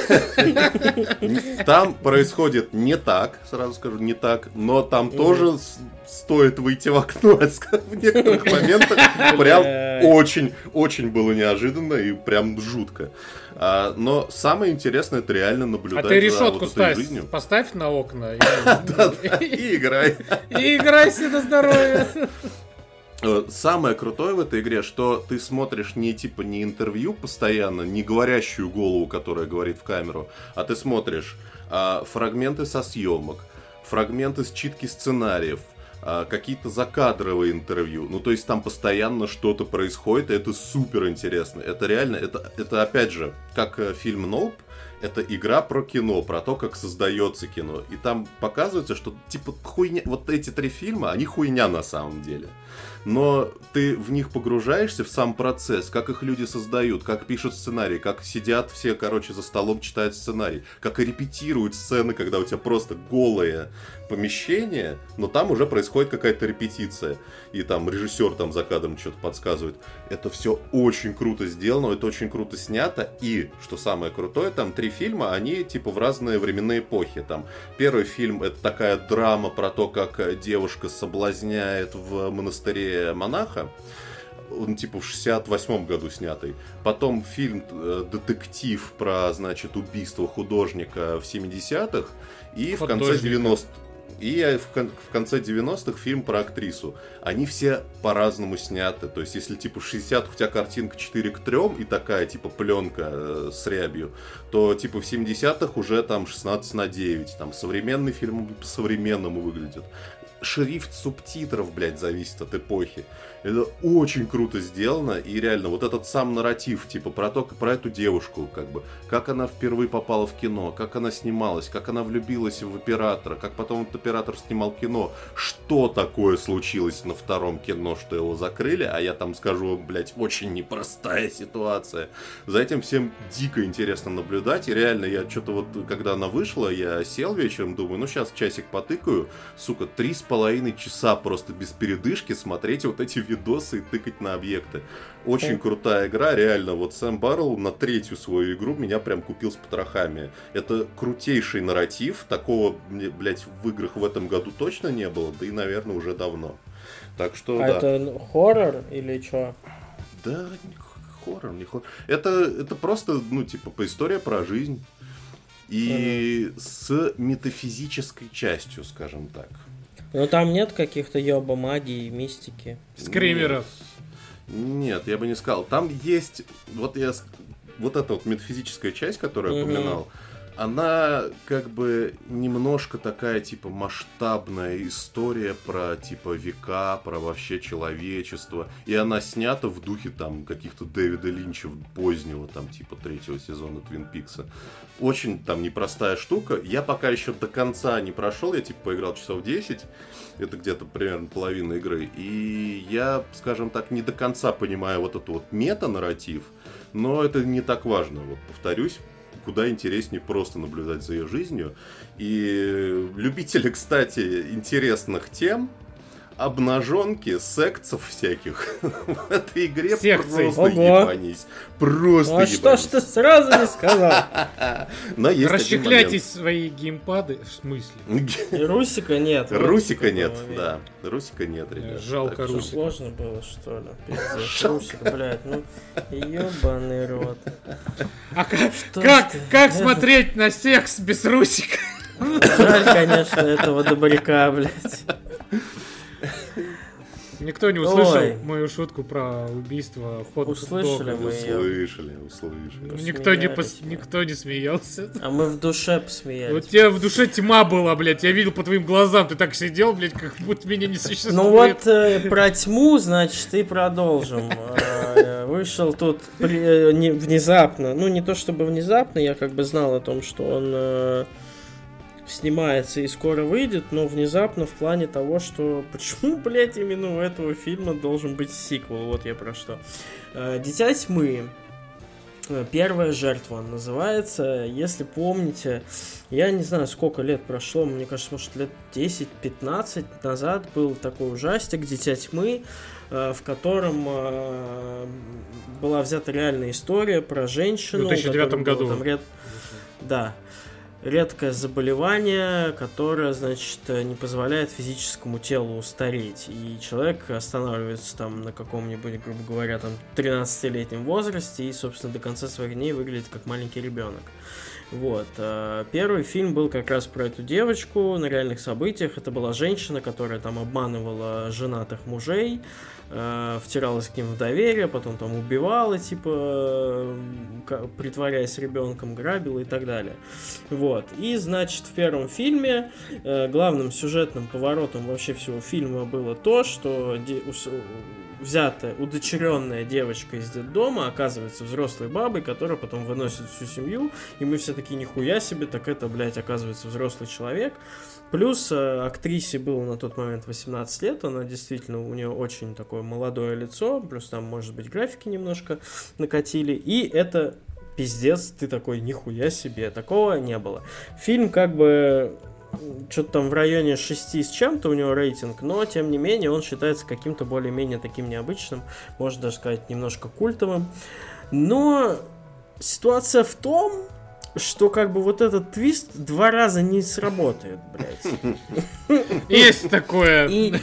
Там происходит не так, сразу скажу, не так, но там mm. тоже стоит выйти в окно. В некоторых моментах прям очень-очень было неожиданно и прям жутко. А, но самое интересное, это реально наблюдать за вот этой жизнью. А ты решетку ставь, поставь на окна. И играй. И играй себе на здоровье. Самое крутое в этой игре, что ты смотришь не типа не интервью постоянно, не говорящую голову, которая говорит в камеру, а ты смотришь а, фрагменты со съемок, фрагменты с читки сценариев, а, какие-то закадровые интервью. Ну, то есть там постоянно что-то происходит, и это супер интересно. Это реально, это, это опять же, как фильм «Ноуп», это игра про кино, про то, как создается кино. И там показывается, что типа хуйня, вот эти три фильма, они хуйня на самом деле. Но ты в них погружаешься в сам процесс, как их люди создают, как пишут сценарий, как сидят все, короче, за столом, читают сценарий, как и репетируют сцены, когда у тебя просто голое помещение, но там уже происходит какая-то репетиция, и там режиссер там за кадром что-то подсказывает. Это все очень круто сделано, это очень круто снято, и, что самое крутое, там три фильма, они типа в разные временные эпохи. Там первый фильм — это такая драма про то, как девушка соблазняет в монастыре монаха. Он типа в шестьдесят восьмом году снятый. Потом фильм э, детектив про, значит, убийство художника в семидесятых. И в конце девяностых. И в, кон- в конце девяностых фильм про актрису. Они все по-разному сняты. То есть, если типа в шестидесятых у тебя картинка четыре к трем и такая типа пленка э, с рябью, то типа в семидесятых уже там шестнадцать на девять. Там современный фильм по-современному выглядит. Шрифт субтитров, блядь, зависит от эпохи. Это очень круто сделано, и реально вот этот сам нарратив, типа про то, про эту девушку, как бы, как она впервые попала в кино, как она снималась, как она влюбилась в оператора, как потом этот оператор снимал кино, что такое случилось на втором кино, что его закрыли, а я там скажу, блядь, очень непростая ситуация. За этим всем дико интересно наблюдать, и реально я что-то вот, когда она вышла, я сел вечером, думаю, ну сейчас часик потыкаю, сука, три с половиной часа просто без передышки смотреть вот эти видосы и тыкать на объекты. Очень крутая игра, реально. Вот Сэм Баррелл на третью свою игру меня прям купил с потрохами. Это крутейший нарратив. Такого, блядь, в играх в этом году точно не было, да и, наверное, уже давно. Так что, а да. это хоррор или что? Да, не хоррор, не хоррор. Это, это просто, ну, типа, история про жизнь. И mm-hmm. с метафизической частью, скажем так. Но там нет каких-то ёба магии, мистики. Скримеров. Нет, я бы не сказал. Там есть вот я вот эта вот метафизическая часть, которую я упоминал, она как бы немножко такая типа масштабная история про типа века, про вообще человечество. И она снята в духе там каких-то Дэвида Линча позднего, там типа третьего сезона Твин Пикса. Очень там непростая штука. Я пока еще до конца не прошел, я типа поиграл часов десять. Это где-то примерно половина игры. И я, скажем так, не до конца понимаю вот этот вот мета-нарратив. Но это не так важно. Вот повторюсь, куда интереснее просто наблюдать за ее жизнью. И любители, кстати, интересных тем, обнаженки, сексов всяких в этой игре секции. Просто ебанись. Просто ну, а ебанись. Что ж ты сразу не сказал? Расщекляйтесь свои геймпады. В смысле? И Русика нет. Русика нет, да. Русика нет, ребят. Жалко Русика. Сложно было, что ли? Пиздец. Русик, блядь, ну ебаный рот. А как, как, как смотреть на секс без Русика? Жаль, конечно, этого добряка, блядь. Никто не услышал Ой. мою шутку про убийство хот-дога. Услышали мы ее. Услышали, услышали. Никто не, Посмеялись, пос... да. никто не смеялся. А мы в душе Вот посмеялись. у тебя в душе тьма была, блядь. Я видел по твоим глазам. Ты так сидел, блядь, как будто меня не существует. Ну вот э, про тьму, значит, и продолжим. Э, Вышел тут при- э, не- внезапно, ну не то чтобы внезапно, я как бы знал о том, что он э, снимается и скоро выйдет, но внезапно в плане того, что почему, блядь, именно у этого фильма должен быть сиквел, вот я про что. Э, «Дитя тьмы». Первая жертва он называется. Если помните, я не знаю, сколько лет прошло, мне кажется, может, лет десять-пятнадцать назад был такой ужастик «Дитя тьмы», в котором была взята реальная история про женщину. В две тысячи девятом году. Там ред... Да. Редкое заболевание, которое, значит, не позволяет физическому телу устареть. И человек останавливается там на каком-нибудь, грубо говоря, там тринадцатилетнем возрасте и, собственно, до конца своих дней выглядит как маленький ребенок. Вот. Первый фильм был как раз про эту девочку на реальных событиях. Это была женщина, которая там обманывала женатых мужей, втиралась к ним в доверие, потом там убивала, типа, притворяясь ребенком, грабила и так далее. Вот. И, значит, в первом фильме главным сюжетным поворотом вообще всего фильма было то, что де- взятая, удочеренная девочка из детдома оказывается взрослой бабой, которая потом выносит всю семью, и мы все такие, нихуя себе, так это, блядь, оказывается взрослый человек. Плюс э, актрисе было на тот момент восемнадцать лет, она действительно, у нее очень такое молодое лицо, плюс там, может быть, графики немножко накатили, и это пиздец, ты такой, нихуя себе, такого не было. Фильм как бы что-то там в районе шести с чем-то у него рейтинг, но, тем не менее, он считается каким-то более-менее таким необычным, можно даже сказать, немножко культовым. Но ситуация в том, что как бы вот этот твист два раза не сработает, блядь. Есть такое. И,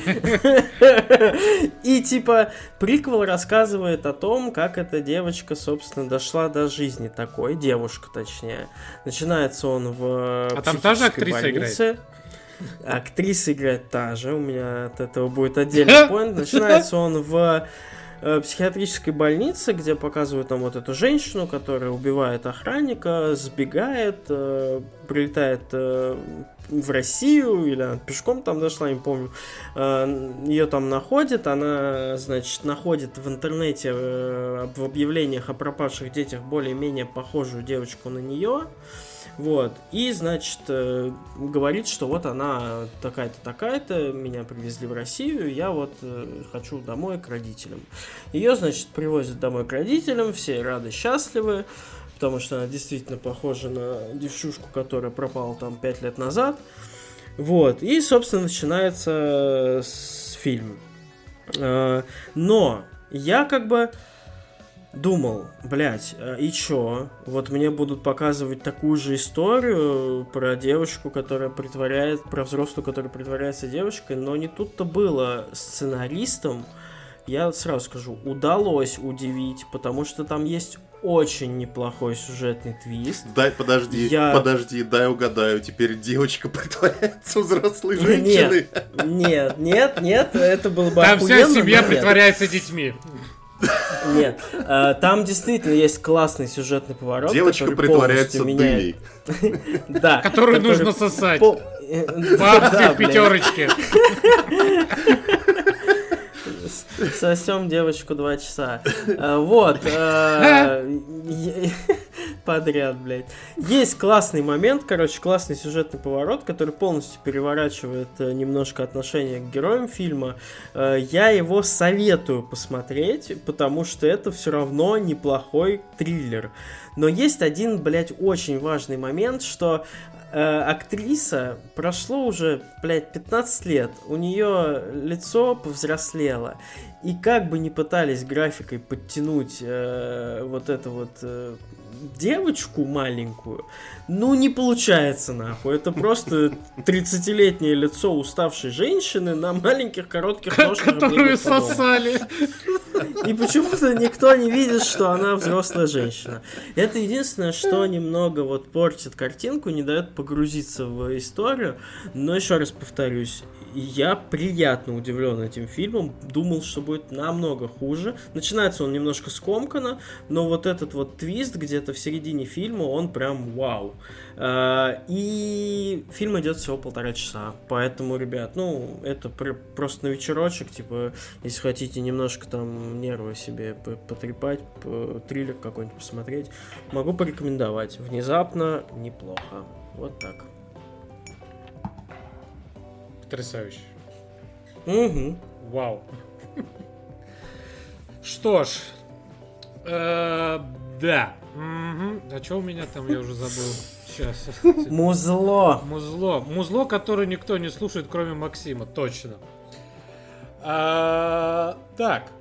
и типа приквел рассказывает о том, как эта девочка, собственно, дошла до жизни такой, девушка точнее. Начинается он в А там та же психической актриса больнице. играет? Актриса играет та же, у меня от этого будет отдельный поинт. Начинается он в психиатрической больнице, где показывают там вот эту женщину, которая убивает охранника, сбегает, э, прилетает э, в Россию, или она пешком там дошла, не помню. Э, ее там находят, она, значит, находит в интернете э, в объявлениях о пропавших детях более-менее похожую девочку на нее. Вот, и, значит, э, говорит, что вот она такая-то, такая-то, меня привезли в Россию, я вот э, хочу домой к родителям. Ее, значит, привозят домой к родителям, все рады, счастливы, потому что она действительно похожа на девчушку, которая пропала там пять лет назад. Вот, и, собственно, начинается с фильм. Э, но я как бы думал, блять, и чё? Вот мне будут показывать такую же историю про девочку, которая притворяет, про взрослую, которая притворяется девочкой, но не тут-то было. Сценаристам, я сразу скажу, удалось удивить, потому что там есть очень неплохой сюжетный твист. Дай, подожди, Я- подожди, дай угадаю, теперь девочка притворяется взрослой женщиной. Нет, нет, нет, нет, это было бы Там вся охуенно, семья но нет. притворяется детьми. Нет, э, там действительно есть классный сюжетный поворот. Девочка который притворяется полностью меняет- дыней. Да. Которую который нужно сосать. по- э, По акции да, в блин. пятерочке. Сосем девочку два часа. Э, Вот. э, е- Подряд, блядь. Есть классный момент, короче, классный сюжетный поворот, который полностью переворачивает э, немножко отношение к героям фильма. Э, Я его советую посмотреть, потому что это все равно неплохой триллер. Но есть один, блядь, очень важный момент, что э, актриса, прошло уже, блядь, пятнадцать лет, у нее лицо повзрослело, и как бы ни пытались графикой подтянуть э, вот эту вот э, девочку маленькую, ну не получается нахуй, это просто тридцатилетнее лицо уставшей женщины на маленьких коротких ножках. Которую бегает по дому. сосали. И почему-то никто не видит, что она взрослая женщина. Это единственное, что немного вот портит картинку, не дает погрузиться в историю. Но еще раз повторюсь, я приятно удивлен этим фильмом. Думал, что будет намного хуже. Начинается он немножко скомканно, но вот этот вот твист где-то в середине фильма, он прям вау. И фильм идет всего полтора часа. Поэтому, ребят, ну, это просто на вечерочек. Типа, если хотите немножко там нервы себе потрепать, триллер какой-нибудь посмотреть, могу порекомендовать. Внезапно неплохо. Вот так. Потрясающе. Угу. Вау. Что ж. Э, да. Угу. А что у меня там, я уже забыл. Сейчас. Музло. Музло. Музло, которое никто не слушает, кроме Максима. Точно. А, так.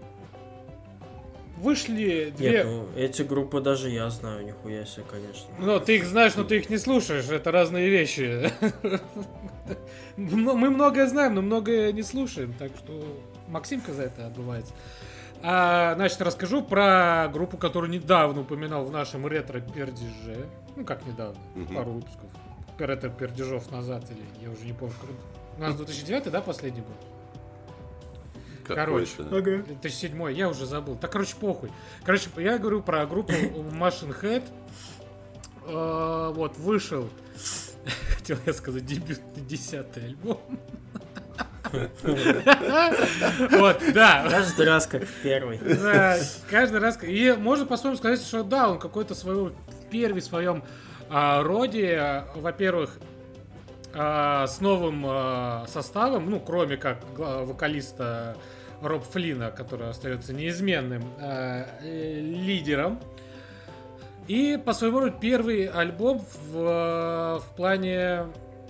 Вышли две... Нет, ну, эти группы даже я знаю, нихуя себе, конечно. Ну, ты их знаешь, но ты их не слушаешь. Это разные вещи. Мы многое знаем, но многое не слушаем. Так что Максимка за это отдувается. А, значит, расскажу про группу, которую недавно упоминал в нашем ретро-пердеже. Ну, как недавно, угу. пару выпусков. Ретро-пердежов назад, или я уже не помню. У нас две тысячи девятый, да, последний был? Короче, ага. две тысячи седьмой, я уже забыл. Так, короче, похуй. Короче, я говорю про группу Machine Head. Uh, вот, вышел, хотел я сказать, дебютный десятый альбом. Вот, да. Каждый раз как в первый. Да, каждый раз. И можно по-своему сказать, что да, он какой-то своего, первый в своем а, роде, во-первых, а, с новым а, составом, ну, кроме как вокалиста Роб Флина, который остается неизменным а, лидером. И по своему роду первый альбом в, в плане...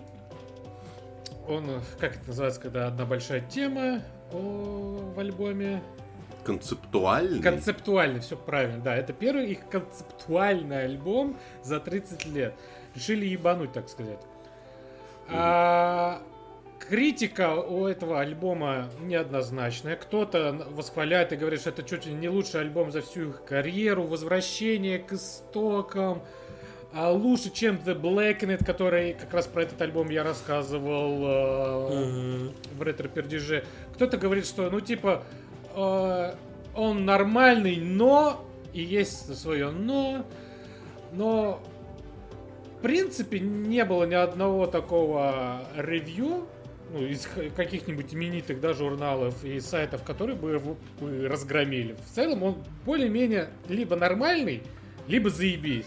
Он, как это называется, когда одна большая тема о, в альбоме? Концептуальный? Концептуальный, все правильно, да. Это первый их концептуальный альбом за тридцать лет. Решили ебануть, так сказать. Mm-hmm. А, критика у этого альбома неоднозначная. Кто-то восхваляет и говорит, что это чуть ли не лучший альбом за всю их карьеру. Возвращение к истокам. А лучше, чем The Blackened, который как раз про этот альбом я рассказывал э, mm-hmm. в ретро-пердеже. Кто-то говорит, что, ну, типа, э, он нормальный, но, и есть свое но, но, в принципе, не было ни одного такого ревью, ну, из каких-нибудь именитых, да, журналов и сайтов, которые бы его разгромили. В целом, он более-менее либо нормальный, либо заебись.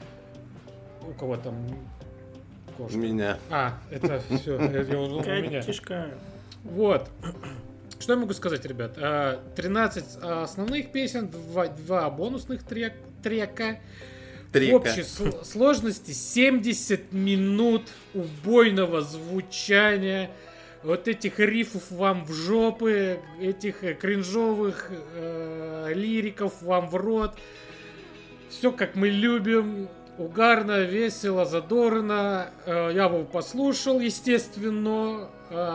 У кого там кошка? У меня. А, это все, я узнал у меня. Вот. Что я могу сказать, ребят? тринадцать основных песен, два бонусных трек, трека. Трека. В общей сложности семьдесят минут убойного звучания. Вот этих рифов вам в жопы, этих кринжовых э, лириков вам в рот. Все как мы любим. Угарно, весело, задорно. Я его послушал, естественно.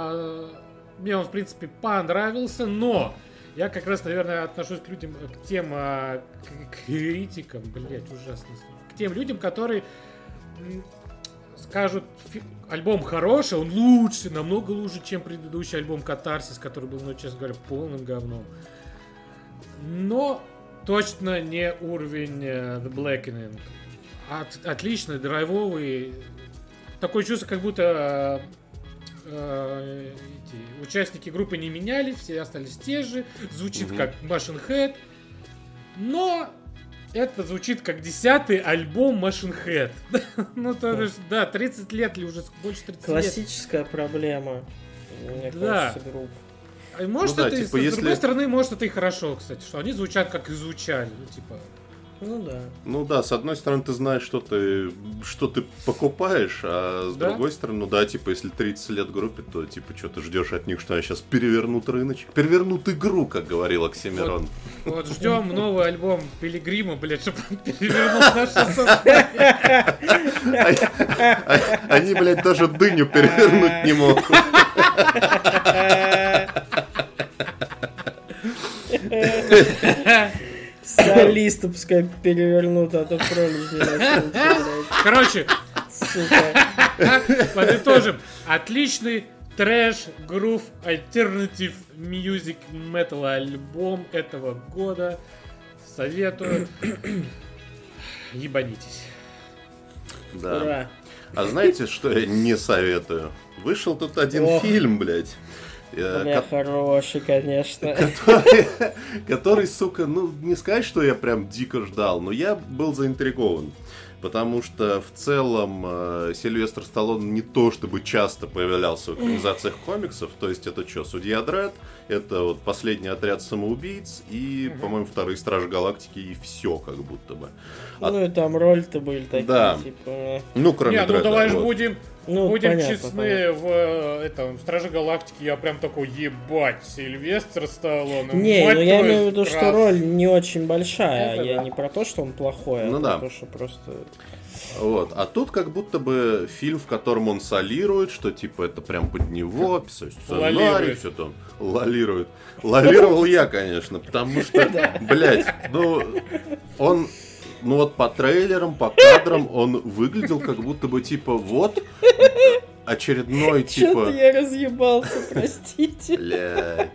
Мне он, в принципе, понравился. Но я как раз, наверное, отношусь к людям, к тем к критикам, блять, ужасно. К тем людям, которые скажут, альбом хороший, он лучше, намного лучше, чем предыдущий альбом Катарсис, который был, ну, честно говоря, полным говном. Но точно не уровень The Blackening. От, отличный, драйвовый. Такое чувство, как будто э, эти участники группы не менялись, все остались те же. Звучит mm-hmm. как Machine Head. Но это звучит как десятый альбом Machine Head. Ну, то есть, да, тридцать лет или уже больше тридцати лет. Классическая проблема, мне да. кажется, групп. Может, ну, да, это, типа, с если... другой стороны, может, это и хорошо, кстати, что они звучат как и звучали. Ну, типа... Ну да. Ну да, с одной стороны, ты знаешь, что ты, что ты покупаешь, а с да? другой стороны, ну да, типа, если тридцать лет группе, то типа, что ты ждешь от них, что они сейчас перевернут рыночек? Перевернут игру, как говорил Оксимирон. Вот, вот ждем новый альбом Пилигрима, блядь, чтобы он перевернул наше сознание. Они, блядь, даже дыню перевернуть не могут. Солисты пускай перевернут, а то пролежь не начнут. Короче, Сука. подытожим. Отличный трэш, грув, альтернатив, мьюзик, метал альбом этого года. Советую. Ебанитесь. Да. Ура. А знаете, что я не советую? Вышел тут один Ох. фильм, блядь. Бля, ко- хороший, конечно. который, который, сука, ну, не сказать, что я прям дико ждал, но я был заинтригован. Потому что в целом э, Сильвестр Сталлоне не то чтобы часто появлялся в экранизациях комиксов. То есть это что, Судья Дред, это вот Последний отряд самоубийц и, Мгм. по-моему, Вторые Стражи Галактики, и все как будто бы. А- Ну и там роль-то были такие, Да. типа... Ну, кроме Не, ну Дреда, давай же вот. будем, Ну, будем понятно, честны, понятно. в э, этом, в Страже Галактики я прям такой, ебать, Сильвестр Сталлоне. Не, мать ну я твою, имею в виду, что крас. роль не очень большая. Это Я да. не про то, что он плохой, Ну а да. про то, что просто... Вот. А тут как будто бы фильм, в котором он солирует, что типа это прям под него, писать сценарий, Лолирует. все там лолирует. Лолировал я, конечно, потому что, блядь, ну, он, ну вот по трейлерам, по кадрам он выглядел как будто бы типа вот очередной Чё-то типа... я разъебался, простите. Блядь.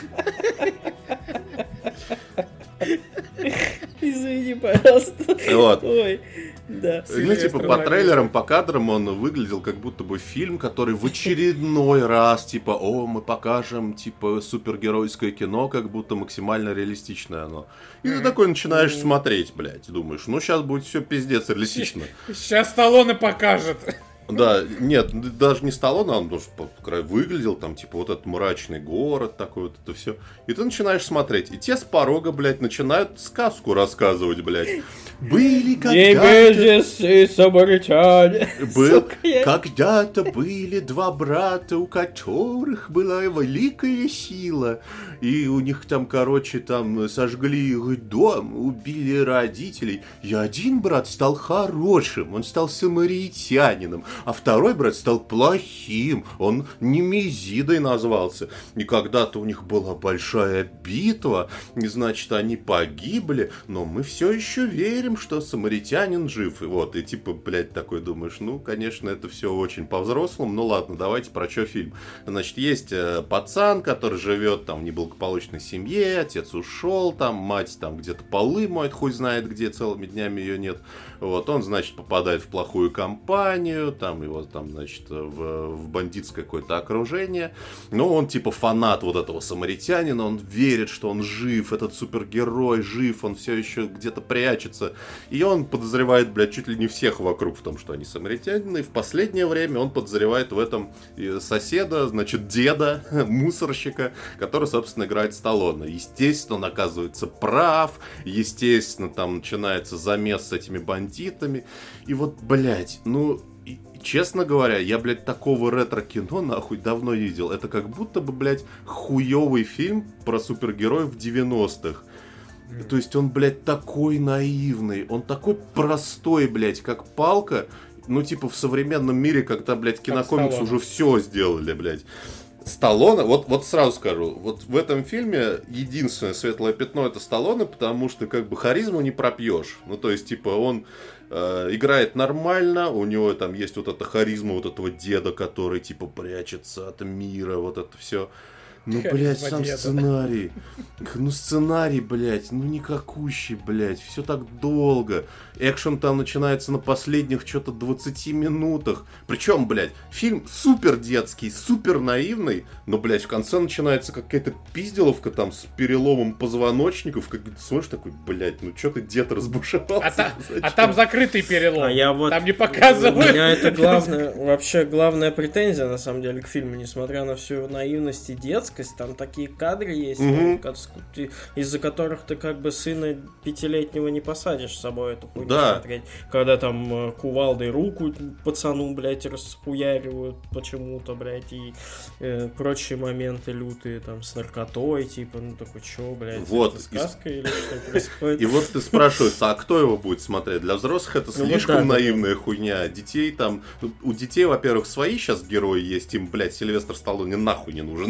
Извини, пожалуйста. Вот. Ой, да. Ну, Сильвестр типа, по Сталлоне. трейлерам, по кадрам он выглядел как будто бы фильм, который в очередной раз, типа, о, мы покажем, типа, супергеройское кино, как будто максимально реалистичное оно. И ты такой начинаешь смотреть, блядь, думаешь, ну, сейчас будет все пиздец реалистично. Сейчас Сталлоне покажет. Да, нет, даже не Сталлоне, он тоже по краю выглядел, там, типа, вот этот мрачный город, такой вот это все. И ты начинаешь смотреть, и те с порога, блядь, начинают сказку рассказывать, блядь. Были когда-то... Немезис и самаритяне. Был, Сука, я- когда-то были два брата, у которых была великая сила. И у них там, короче, там сожгли их дом, убили родителей. И один брат стал хорошим, он стал самаритянином. А второй брат стал плохим, он Немезидой назвался. И когда-то у них была большая битва, и значит, они погибли, но мы все еще верим, что самаритянин жив. И вот, и типа, блядь, такой думаешь, ну, конечно, это все очень по-взрослому, ну ладно, давайте про что фильм. Значит, есть э, пацан, который живет там в неблагополучной семье, отец ушел, там, мать там где-то полы моет, хуй знает где, целыми днями ее нет. Вот, он, значит, попадает в плохую компанию, там его, там, значит, в, в бандитское какое-то окружение. Но он, типа, фанат вот этого самаритянина, он верит, что он жив, этот супергерой жив, он все еще где-то прячется. И он подозревает, блядь, чуть ли не всех вокруг в том, что они самаритянины. И в последнее время он подозревает в этом соседа, значит, деда, мусорщика, который, собственно, играет Сталлоне. Естественно, он оказывается прав. Естественно, там начинается замес с этими бандитами. И вот, блядь, ну... И, честно говоря, я, блядь, такого ретро-кино нахуй давно не видел. Это как будто бы, блядь, хуёвый фильм про супергероев в девяностых. То есть он, блядь, такой наивный, он такой простой, блядь, как палка. Ну, типа, в современном мире, когда, блядь, кинокомикс Сталлоне. уже все сделали, блядь. Сталлоне, вот, вот сразу скажу, вот в этом фильме единственное светлое пятно — это Сталлоне, потому что, как бы, харизму не пропьешь. Ну, то есть, типа, он э, играет нормально, у него там есть вот эта харизма вот этого деда, который, типа, прячется от мира, вот это все. Ну, блядь, Харизма сам деда. сценарий. Ну, сценарий, блядь, ну никакущий, блядь. Все так долго. Экшен там начинается на последних что-то двадцати минутах. Причем, блядь, фильм супер детский, супер наивный, но, блядь, в конце начинается какая-то пизделовка там с переломом позвоночников. Как ты смотришь такой, блядь, ну что ты, дед, разбушевался? А, та- Зачем? а там закрытый перелом. А я вот... Там не У показывают. меня это главное, вообще главная претензия, на самом деле, к фильму, несмотря на всю его наивность и детскость, там такие кадры есть, Мгм. как- из-за которых ты как бы сына пятилетнего не посадишь с собой эту хуйню Да. смотреть. Когда там э, кувалдой руку пацану, блядь, расхуяривают почему-то, блядь, и э, прочие моменты лютые, там, с наркотой, типа, ну такой, чё, блядь, Вот, это сказка или что происходит? И вот ты спрашиваешь, а кто его будет смотреть? Для взрослых это Ну вот слишком да, да, наивная хуйня. Детей там... ну, у детей, во-первых, свои сейчас герои есть. Им, блядь, Сильвестр Сталлоне нахуй не нужен. Давайте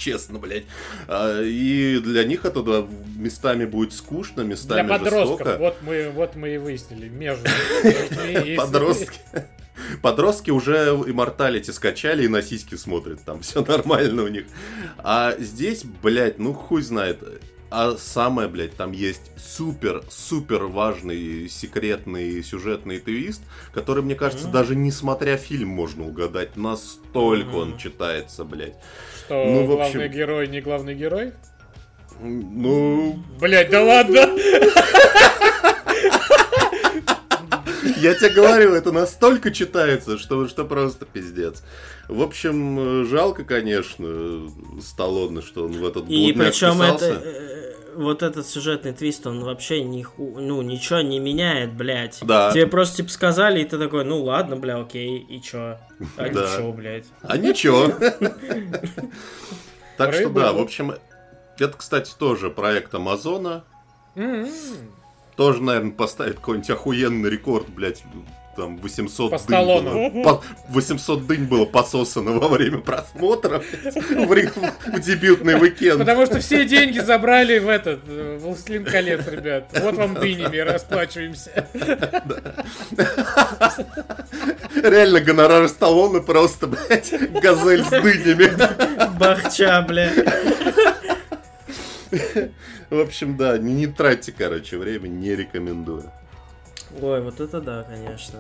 честно, блядь. И для них это да, местами будет скучно, местами для подростков, жестоко. Вот мы, вот мы и выяснили. Между Подростки. Подростки уже Immortality скачали и на сиськи смотрят, там все нормально у них. А здесь, блядь, ну хуй знает. А самое, блядь, там есть супер-супер важный секретный сюжетный твист, который, мне кажется, mm-hmm. даже не смотря фильм можно угадать. Настолько mm-hmm. он читается, блядь. Что, ну, главный общем... герой не главный герой? Ну... Блядь, да ладно! Я тебе говорю, это настолько читается, что, что просто пиздец. В общем, жалко, конечно, Сталлоне, что он в этот И блудняк причем вписался. это, э, вот этот сюжетный твист, он вообще ниху, ну, ничего не меняет, блядь. Да. Тебе просто типа сказали, и ты такой, ну ладно, бля, окей, и чё? А Да. ничего, блядь. А ничего. Так что да, в общем, это, кстати, тоже проект Амазона. Тоже, наверное, поставит какой-нибудь охуенный рекорд, блядь, там восемьсот по дынь было, по, восемьсот дынь было пососано во время просмотра в, в дебютный уикенд. Потому что все деньги забрали в этот «Властелин колец», ребят. Вот вам дынями, расплачиваемся. Реально гонорар Сталлоне просто, блядь, газель с дынями. Бахча, блядь. В общем, да, не, не тратьте, короче, время, не рекомендую. Ой, вот это да, конечно.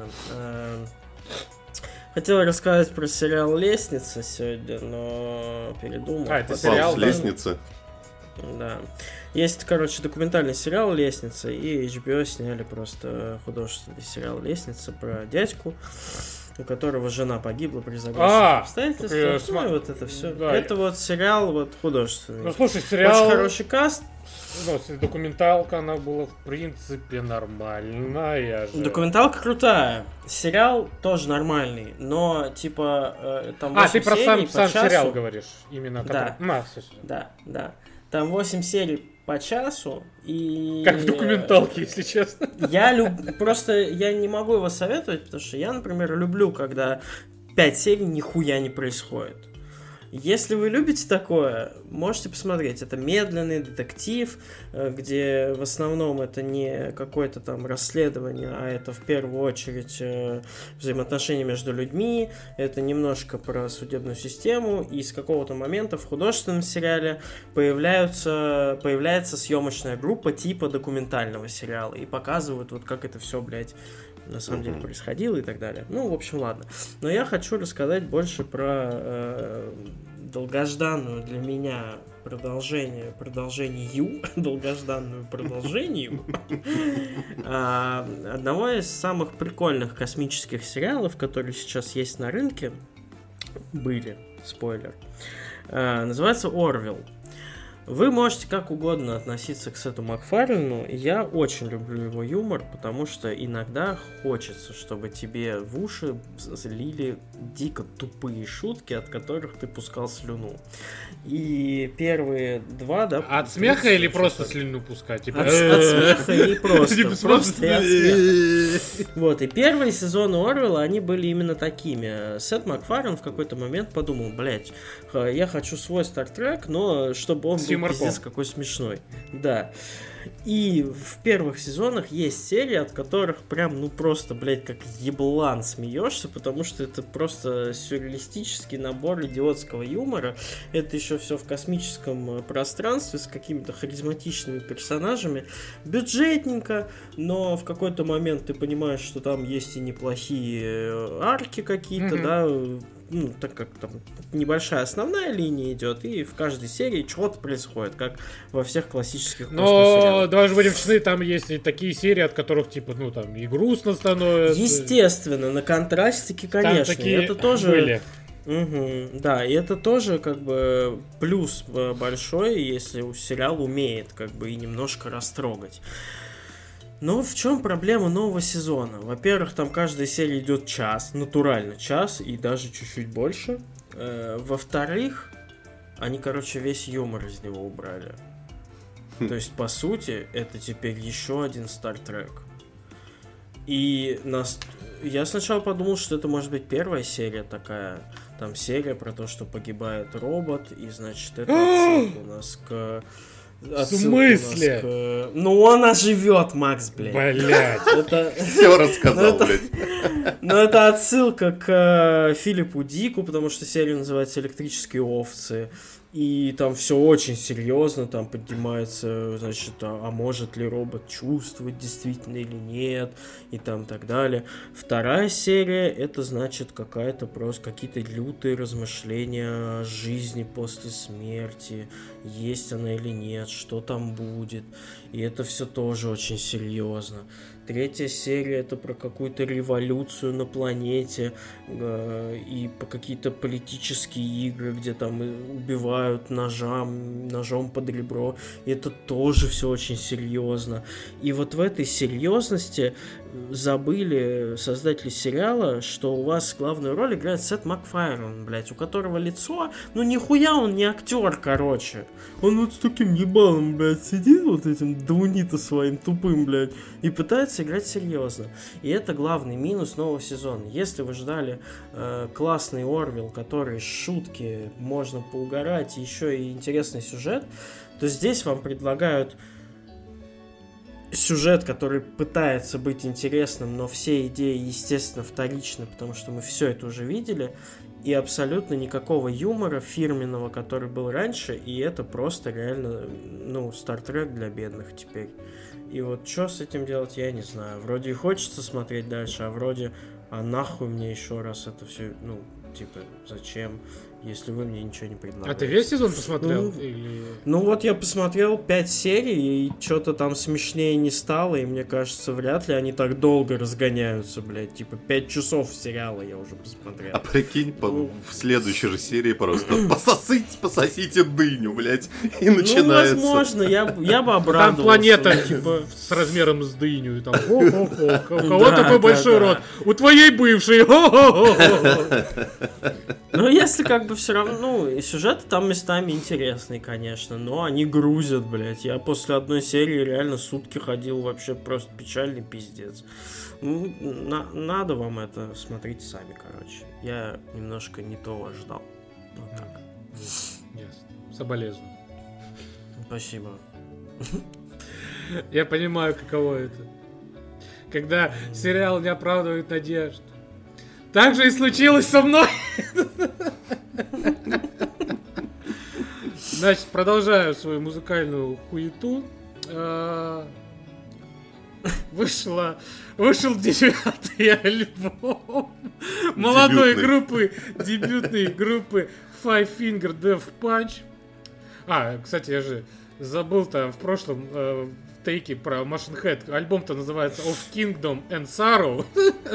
Хотел рассказать про сериал «Лестница» сегодня, но передумал. А, это сериал, да? «Лестница». Да. Есть, короче, документальный сериал «Лестница», и эйч би о сняли просто художественный сериал «Лестница» про дядьку, у которого жена погибла при загадочных обстоятельствах. Ну, и вот это все. Да, это я... вот сериал вот художественный. Ну, слушай, сериал... Очень хороший каст. Ну, документалка, она была, в принципе, нормальная же. Документалка крутая. Сериал тоже нормальный, но, типа, э, там А, ты про сам, по сам часу. сериал говоришь, именно. Да. Который... А, все, все. Да, да. Там восемь серий по часу, и... Как в документалке, если честно. Я люб... Просто я не могу его советовать, потому что я, например, люблю, когда пять серий нихуя не происходит. Если вы любите такое, можете посмотреть. Это медленный детектив, где в основном это не какое-то там расследование, а это в первую очередь взаимоотношения между людьми. Это немножко про судебную систему. И с какого-то момента в художественном сериале появляются, появляется съемочная группа типа документального сериала. И показывают, вот как это все, блядь, на самом деле происходило и так далее. Ну, в общем, ладно. Но я хочу рассказать больше про э, долгожданную для меня продолжение, продолжению, долгожданную продолжению одного из самых прикольных космических сериалов, которые сейчас есть на рынке, были, спойлер, называется «Орвилл». Вы можете как угодно относиться к Сету Макфарлину, я очень люблю его юмор, потому что иногда хочется, чтобы тебе в уши залили дико тупые шутки, от которых ты пускал слюну. И первые два, да... От смеха или просто слюну пускать? От смеха и просто. Просто от смеха. Вот, и первые сезоны Орвилла, они были именно такими. Сет Макфарлин в какой-то момент подумал, блять, я хочу свой Стартрек, но чтобы он был пиздец какой смешной. Да. И в первых сезонах есть серии, от которых прям, ну просто, блядь, как еблан смеешься, потому что это просто сюрреалистический набор идиотского юмора. Это еще все в космическом пространстве с какими-то харизматичными персонажами. Бюджетненько, но в какой-то момент ты понимаешь, что там есть и неплохие арки какие-то, mm-hmm. да, ну, так как там небольшая основная линия идет, и в каждой серии что-то происходит, как во всех классических космосериалах. Но, давай же будем честны, там есть и такие серии, от которых, типа, ну, там, и грустно становится. Естественно, на контрастике, конечно. Там такие это тоже... были. Угу, да, и это тоже, как бы, плюс большой, если сериал умеет, как бы, и немножко растрогать. Но в чем проблема нового сезона? Во-первых, там каждая серия идет час, натурально час, и даже чуть-чуть больше. Э, во-вторых, они, короче, весь юмор из него убрали. То есть, по сути, это теперь еще один Стартрек. И нас... я сначала подумал, что это может быть первая серия такая, Там серия про то, что погибает робот, и, значит, это отсылка у нас к... В смысле? К... Ну, она живет, Макс, блядь. Блядь. Это... Все рассказал, это... блядь. Ну, это отсылка к Филиппу Дику, потому что серия называется «Электрические овцы». И там все очень серьезно, там поднимается, значит, а, а может ли робот чувствовать действительно или нет, и там так далее. Вторая серия, это, значит, какая-то просто, какие-то лютые размышления о жизни после смерти, есть она или нет, что там будет. И это все тоже очень серьезно. Третья серия это про какую-то революцию на планете э, и по какие-то политические игры, где там убивают ножом, ножом под ребро. И это тоже все очень серьезно. И вот в этой серьезности забыли создатели сериала, что у вас главную роль играет Сет Макфарлейн, блядь, у которого лицо, ну нихуя он не актер, короче. Он вот с таким ебалом, блядь, сидит вот этим двунита своим тупым, блядь, и пытается играть серьезно. И это главный минус нового сезона. Если вы ждали э, классный Орвилл, который шутки, можно поугарать, и еще и интересный сюжет, то здесь вам предлагают сюжет, который пытается быть интересным, но все идеи, естественно, вторичны, потому что мы все это уже видели, и абсолютно никакого юмора фирменного, который был раньше, и это просто реально, ну, Star Trek для бедных теперь. И вот что с этим делать, я не знаю. Вроде и хочется смотреть дальше, а вроде, а нахуй мне еще раз это все, ну, типа, зачем? Если вы мне ничего не предлагаете. А ты весь сезон посмотрел? Ну, или... ну вот я посмотрел пять серий, и что-то там смешнее не стало, и мне кажется, вряд ли они так долго разгоняются, блядь. Типа пять часов сериала я уже посмотрел. А прикинь, по, в следующей же серии просто пососите, пососите дыню, блядь, и начинается. Ну, возможно, я, я бы обрадовался. Там планета, типа, с размером с дыню, и там, хо-хо-хо, у кого такой большой рот? У твоей бывшей, хо-хо-хо. Ну, если как бы все равно, ну, и сюжеты там местами интересные, конечно, но они грузят, блядь. Я после одной серии реально сутки ходил, вообще просто печальный пиздец. Ну, на, надо вам это, смотрите сами, короче. Я немножко не того ждал. Вот так. Yes. Соболезную. Спасибо. Я понимаю, каково это. Когда сериал не оправдывает надежд. Так же и случилось со мной. Значит, продолжаю свою музыкальную хуету. Вышла, вышел девятый альбом молодой группы, дебютной группы Five Finger Death Punch. А, кстати, я же забыл-то в прошлом э, тейке про Machine Head. Альбом-то называется Of Kingdom and Sorrow.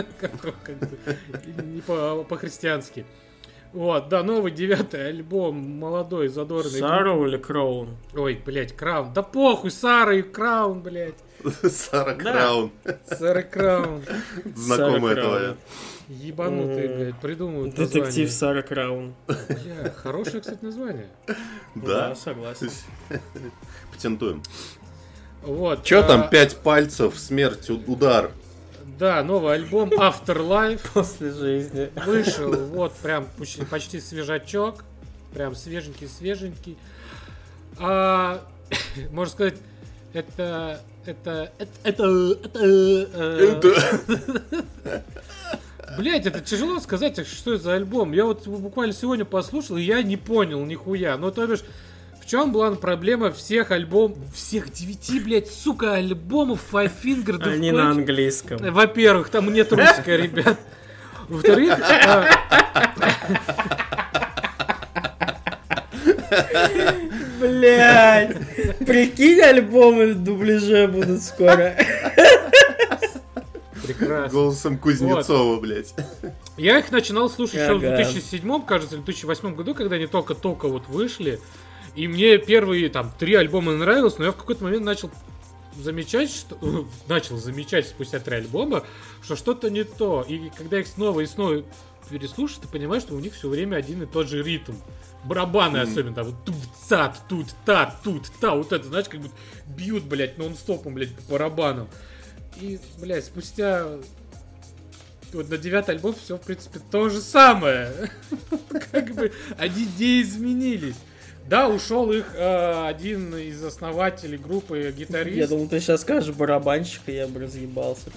Не по-христиански. Вот, да, новый девятый альбом, молодой, задорный. Sorrow или Crown? Ой, блядь, Краун. Да похуй, Сара и Краун, блядь. Сара Краун. Сара Краун. Знакомая твоя. Ебанутые, блядь, придумывают Детектив название. Сара Краун. Бля, хорошее, кстати, название. Да, согласен. Патентуем. Вот. Чё там, пять пальцев, смерть, удар? Да, новый альбом Afterlife. После жизни. Вышел, вот, прям почти, почти свежачок. Прям свеженький-свеженький. А, можно сказать, это... Это... Это... Это... это Блять, это тяжело сказать, что это за альбом. Я вот буквально сегодня послушал, и я не понял нихуя. Ну, то бишь, в чем была проблема всех альбомов, всех девяти, блядь, сука, альбомов Five Finger Death Punch? Они на английском. Во-первых, там нет русской, ребят. Во-вторых... Блядь, прикинь, альбомы в дубляже будут скоро. Прекрасно. Голосом Кузнецова, вот. Блядь. Я их начинал слушать еще в Ага. две тысячи седьмом, кажется, или две тысячи восьмом году, когда они только-только вот вышли. И мне первые там три альбома нравилось, но я в какой-то момент начал замечать, что... начал замечать спустя три альбома, что что-то не то. И когда их снова и снова переслушаешь, ты понимаешь, что у них все время один и тот же ритм. Барабаны mm. особенно, там, вот тут-та, тут-та, тут-та, вот это, знаешь, как будто бьют, блядь, нон-стопом, блядь, по барабанам. И, блядь, спустя вот на девятый альбом все, в принципе, то же самое. Как бы они не изменились. Да, ушел их э, один из основателей группы, гитарист. Я думал, ты сейчас скажешь барабанщик, и я бы разъебался.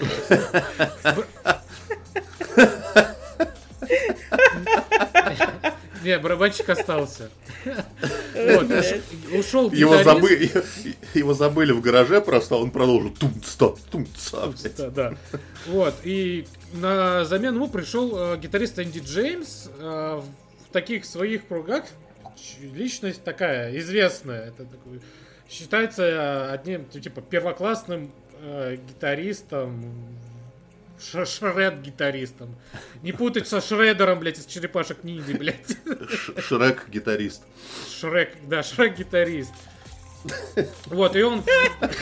Не, барабанщик остался. Вот, ушел гитарист. Его, забы... Его забыли в гараже просто, он продолжил тум-ца, тум-ца. Да. Вот, и на замену ему пришел э, гитарист Энди Джеймс. Э, в таких своих кругах личность такая известная. Это такой, считается одним типа первоклассным э, гитаристом. Шред-гитаристом. Не путать со Шредером, блядь, из черепашек ниндзя, блядь. Шрек-гитарист. Шрек, да, Шрек-гитарист. Вот, и он...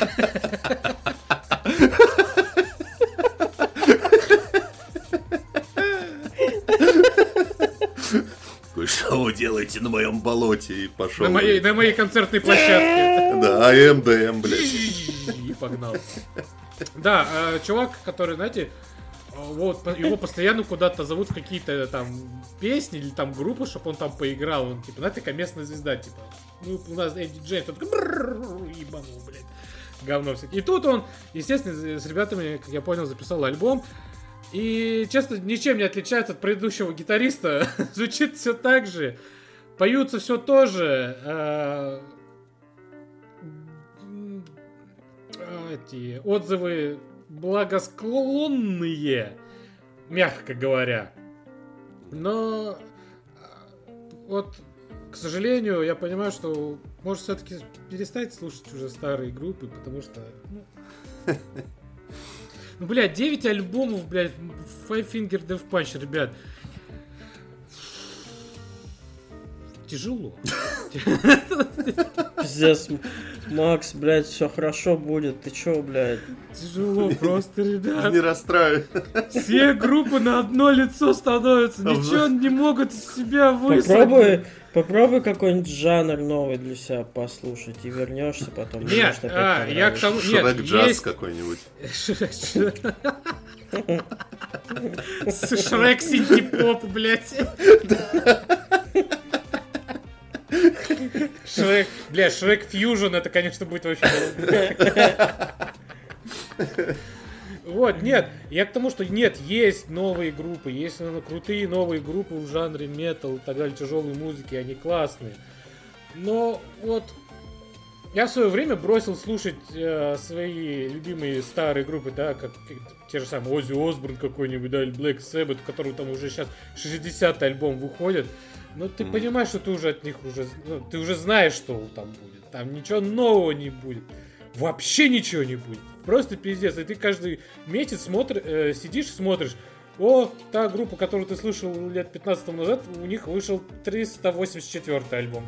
Что вы делаете на моем болоте? И пошел. На моей, на моей концертной площадке. Да, АМ, ДМ, блядь. И погнал. Да, чувак, который, знаете, вот его постоянно куда-то зовут в какие-то там песни или там группы, чтобы он там поиграл. Он типа, знаете, такая местная звезда, типа. Ну, у нас Энди Джеймс, он такой, ебанул, блядь. Говно всякое. И тут он, естественно, с ребятами, как я понял, записал альбом. И, честно, ничем не отличается от предыдущего гитариста. Звучит все так же. Поются все то же. Эти отзывы благосклонные, мягко говоря. Но вот, к сожалению, я понимаю, что может все-таки перестать слушать уже старые группы, потому что... Ну, ну блядь, девять альбомов, блядь, Five Finger Death Punch, ребят. Тяжело. Пиздец, Макс, блядь, все хорошо будет. Ты чё, блядь? Тяжело просто, ребят. Не расстраивай. Все группы на одно лицо становятся. Ничего не могут из себя высадить. Попробуй, попробуй какой-нибудь жанр новый для себя послушать и вернешься потом. Нет, а, я к тому... Шрек-джаз есть... какой-нибудь. Шрек-синти-поп, блядь. Шрек, бля, Шрек Фьюжн, это, конечно, будет вообще... Вот, нет, я к тому, что нет, есть новые группы, есть, наверное, крутые новые группы в жанре метал и так далее, тяжелой музыки, они классные. Но вот я в свое время бросил слушать э, свои любимые старые группы, да, как те же самые Оззи Осборн какой-нибудь, да, или Black Sabbath, у которого там уже сейчас шестидесятый альбом выходит. Но ты mm. понимаешь, что ты уже от них уже, ну, ты уже знаешь, что там будет. Там ничего нового не будет. Вообще ничего не будет. Просто пиздец. И ты каждый месяц смотри, э, сидишь и смотришь. О, та группа, которую ты слышал лет пятнадцать тому назад, у них вышел триста восемьдесят четвёртый альбом.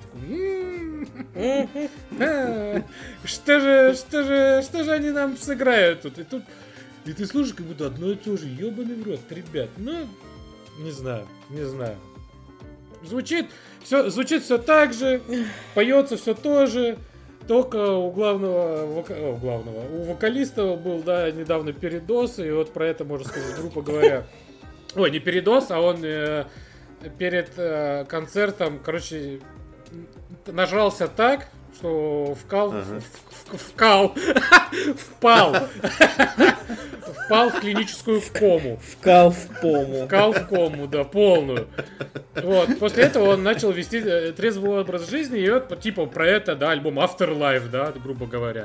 Что же, что же, что же они нам сыграют тут? И тут, и ты слушаешь, как будто одно и то же. Ёбаный в рот, ребят. Ну, не знаю, не знаю. Звучит все, звучит все так же, поется все то же, только у главного, вока... О, главного, у вокалиста был, да, недавно передоз, и вот про это можно сказать, грубо говоря. Ой, не передоз, а он э, перед э, концертом, короче, нажрался так, что вкал, ага. в, в, вкал, впал, впал в клиническую кому. Вкал в пому. Вкал в кому, да, полную. Вот, после этого он начал вести трезвый образ жизни, и вот, типа, про это, да, альбом Afterlife, да, грубо говоря.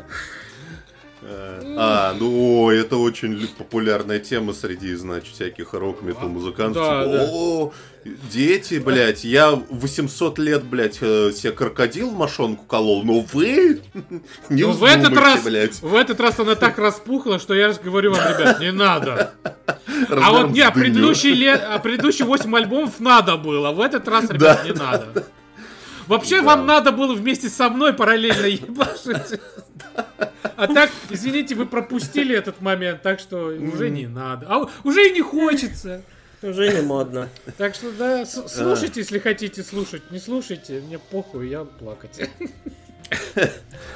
А, ну, о, это очень популярная тема среди, значит, всяких рок-метал музыкантов. Да, типа, да. О, дети, блядь, я восемьсот лет, блядь, себе крокодил в мошонку колол, но вы не ну, в этот раз, блядь. В этот раз она так распухла, что я говорю вам, ребят, не надо. А вот не, предыдущие лет, а предыдущие восемь альбомов надо было, в этот раз, ребят, не надо. Вообще, вам надо было вместе со мной параллельно ебашить. А так, извините, вы пропустили этот момент, так что уже не надо. А уже и не хочется. Уже не модно. Так что, да, слушайте, если хотите слушать. Не слушайте, мне похуй, я плакать.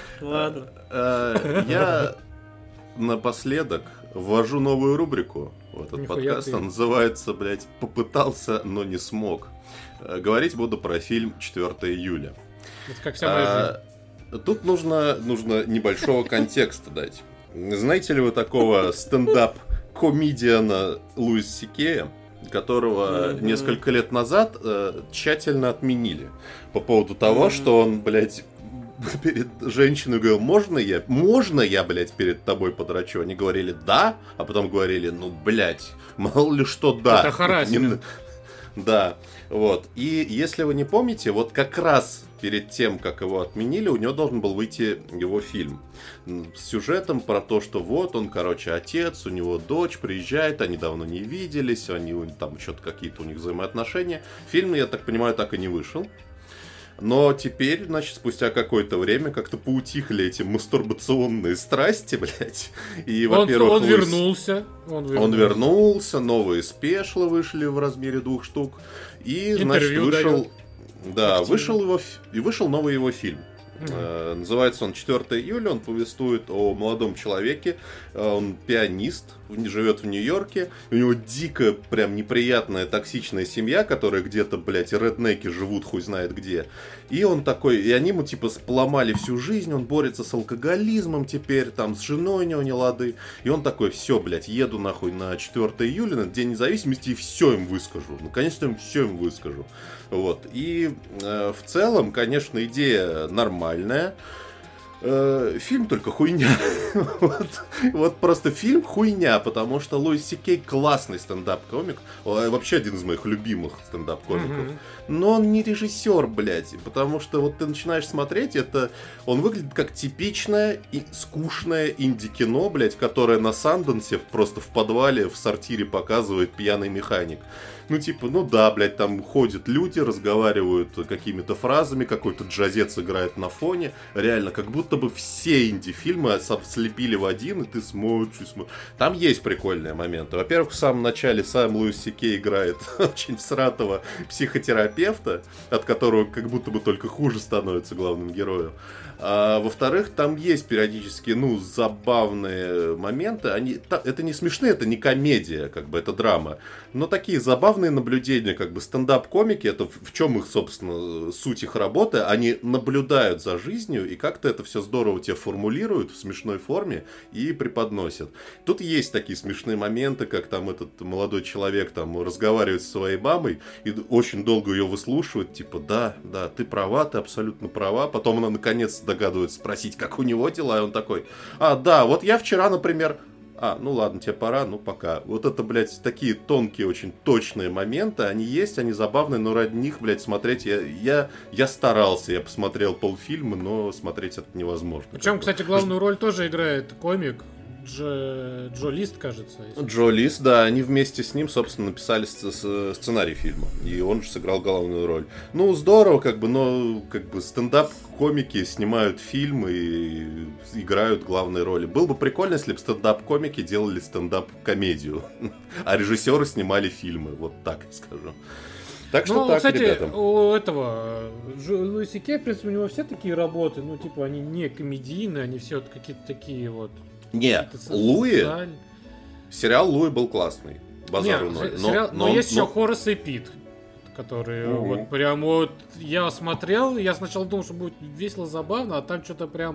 Ладно. Я напоследок ввожу новую рубрику. Вот этот Нихуя подкаст, ты. он называется, блядь, «Попытался, но не смог». Говорить буду про фильм четвёртого июля. Это как вся моя жизнь. А, тут нужно, нужно небольшого контекста дать. Знаете ли вы такого стендап-комедиана Луис Си Кея, которого mm-hmm. несколько лет назад э, тщательно отменили по поводу того, mm-hmm. что он, блядь, перед женщиной говорил: можно я, можно я, блядь, перед тобой подрачу? Они говорили да, а потом говорили: ну, блядь, мало ли что да. Это харассмент. Да, вот. И если вы не помните, вот как раз перед тем, как его отменили, у него должен был выйти его фильм с сюжетом про то, что вот он, короче, отец, у него дочь приезжает, они давно не виделись, они там что-то какие-то у них взаимоотношения. Фильм, я так понимаю, так и не вышел. Но теперь, значит, спустя какое-то время как-то поутихли эти мастурбационные страсти, блядь. И, он, во-первых, он, Луис... вернулся, он вернулся. Он вернулся, новые спешлы вышли в размере двух штук. И, интервью значит, вышел... дает. Да, Активно. вышел его... И вышел новый его фильм. Mm-hmm. Э, называется он четвёртого июля, он повествует о молодом человеке, он пианист, живет в Нью-Йорке, у него дико прям неприятная токсичная семья, которая где-то, блядь, реднеки живут хуй знает где, и он такой, и они ему типа спломали всю жизнь, он борется с алкоголизмом теперь, там с женой у него не лады, и он такой: все, блядь, еду нахуй на четвёртого июля, на День независимости, и все им выскажу, наконец-то им все им выскажу, вот, и э, в целом, конечно, идея нормальная. Фильм только хуйня. вот, вот просто фильм хуйня, потому что Луис Си Кей классный стендап-комик, вообще один из моих любимых стендап-комиков. Mm-hmm. Но он не режиссер, блядь, потому что вот ты начинаешь смотреть, это он выглядит как типичное и скучное инди-кино, блядь, которое на Санденсе просто в подвале в сортире показывает пьяный механик. Ну, типа, ну да, блядь, там ходят люди, разговаривают какими-то фразами, какой-то джазец играет на фоне. Реально, как будто бы все инди-фильмы слепили в один, и ты смотришь, смотришь. Там есть прикольные моменты. Во-первых, в самом начале сам Луис Си Кей играет очень всратого психотерапевта, от которого как будто бы только хуже становится главным героем. А, во-вторых, там есть периодически, ну, забавные моменты. Они, та, это не смешные, это не комедия, как бы, это драма. Но такие забавные наблюдения, как бы, стендап-комики, это в, в чем их, собственно, суть их работы. Они наблюдают за жизнью и как-то это все здорово тебе формулируют в смешной форме и преподносят. Тут есть такие смешные моменты, как там этот молодой человек там разговаривает со своей мамой и очень долго ее выслушивает, типа, да, да, ты права, ты абсолютно права. Потом она, наконец, догадывается спросить, как у него дела, и он такой: а, да, вот я вчера, например... А, ну ладно, тебе пора, ну пока. Вот это, блядь, такие тонкие, очень точные моменты, они есть, они забавные, но ради них, блядь, смотреть, я, я, я старался, я посмотрел полфильма, но смотреть это невозможно. Причем, кстати, главную роль тоже играет комик Джо, Джо Лист, кажется. Если... Джо Лист, да, они вместе с ним, собственно, написали сценарий фильма, и он же сыграл главную роль. Ну, здорово, как бы, но как бы стендап-комики снимают фильмы и играют главные роли. Было бы прикольно, если бы стендап-комики делали стендап-комедию, а режиссеры снимали фильмы, вот так я скажу. Так что ну, так, кстати, ребята. У этого Луиса Кей, в принципе, у него все такие работы, ну, типа, они не комедийные, они все вот какие-то такие вот. Не, Луи, сериал Луи был классный, базару не, ноль. Сериал, но, но есть но... еще Хорас и Пит, которые угу. вот прям вот я смотрел, я сначала думал, что будет весело, забавно, а там что-то прям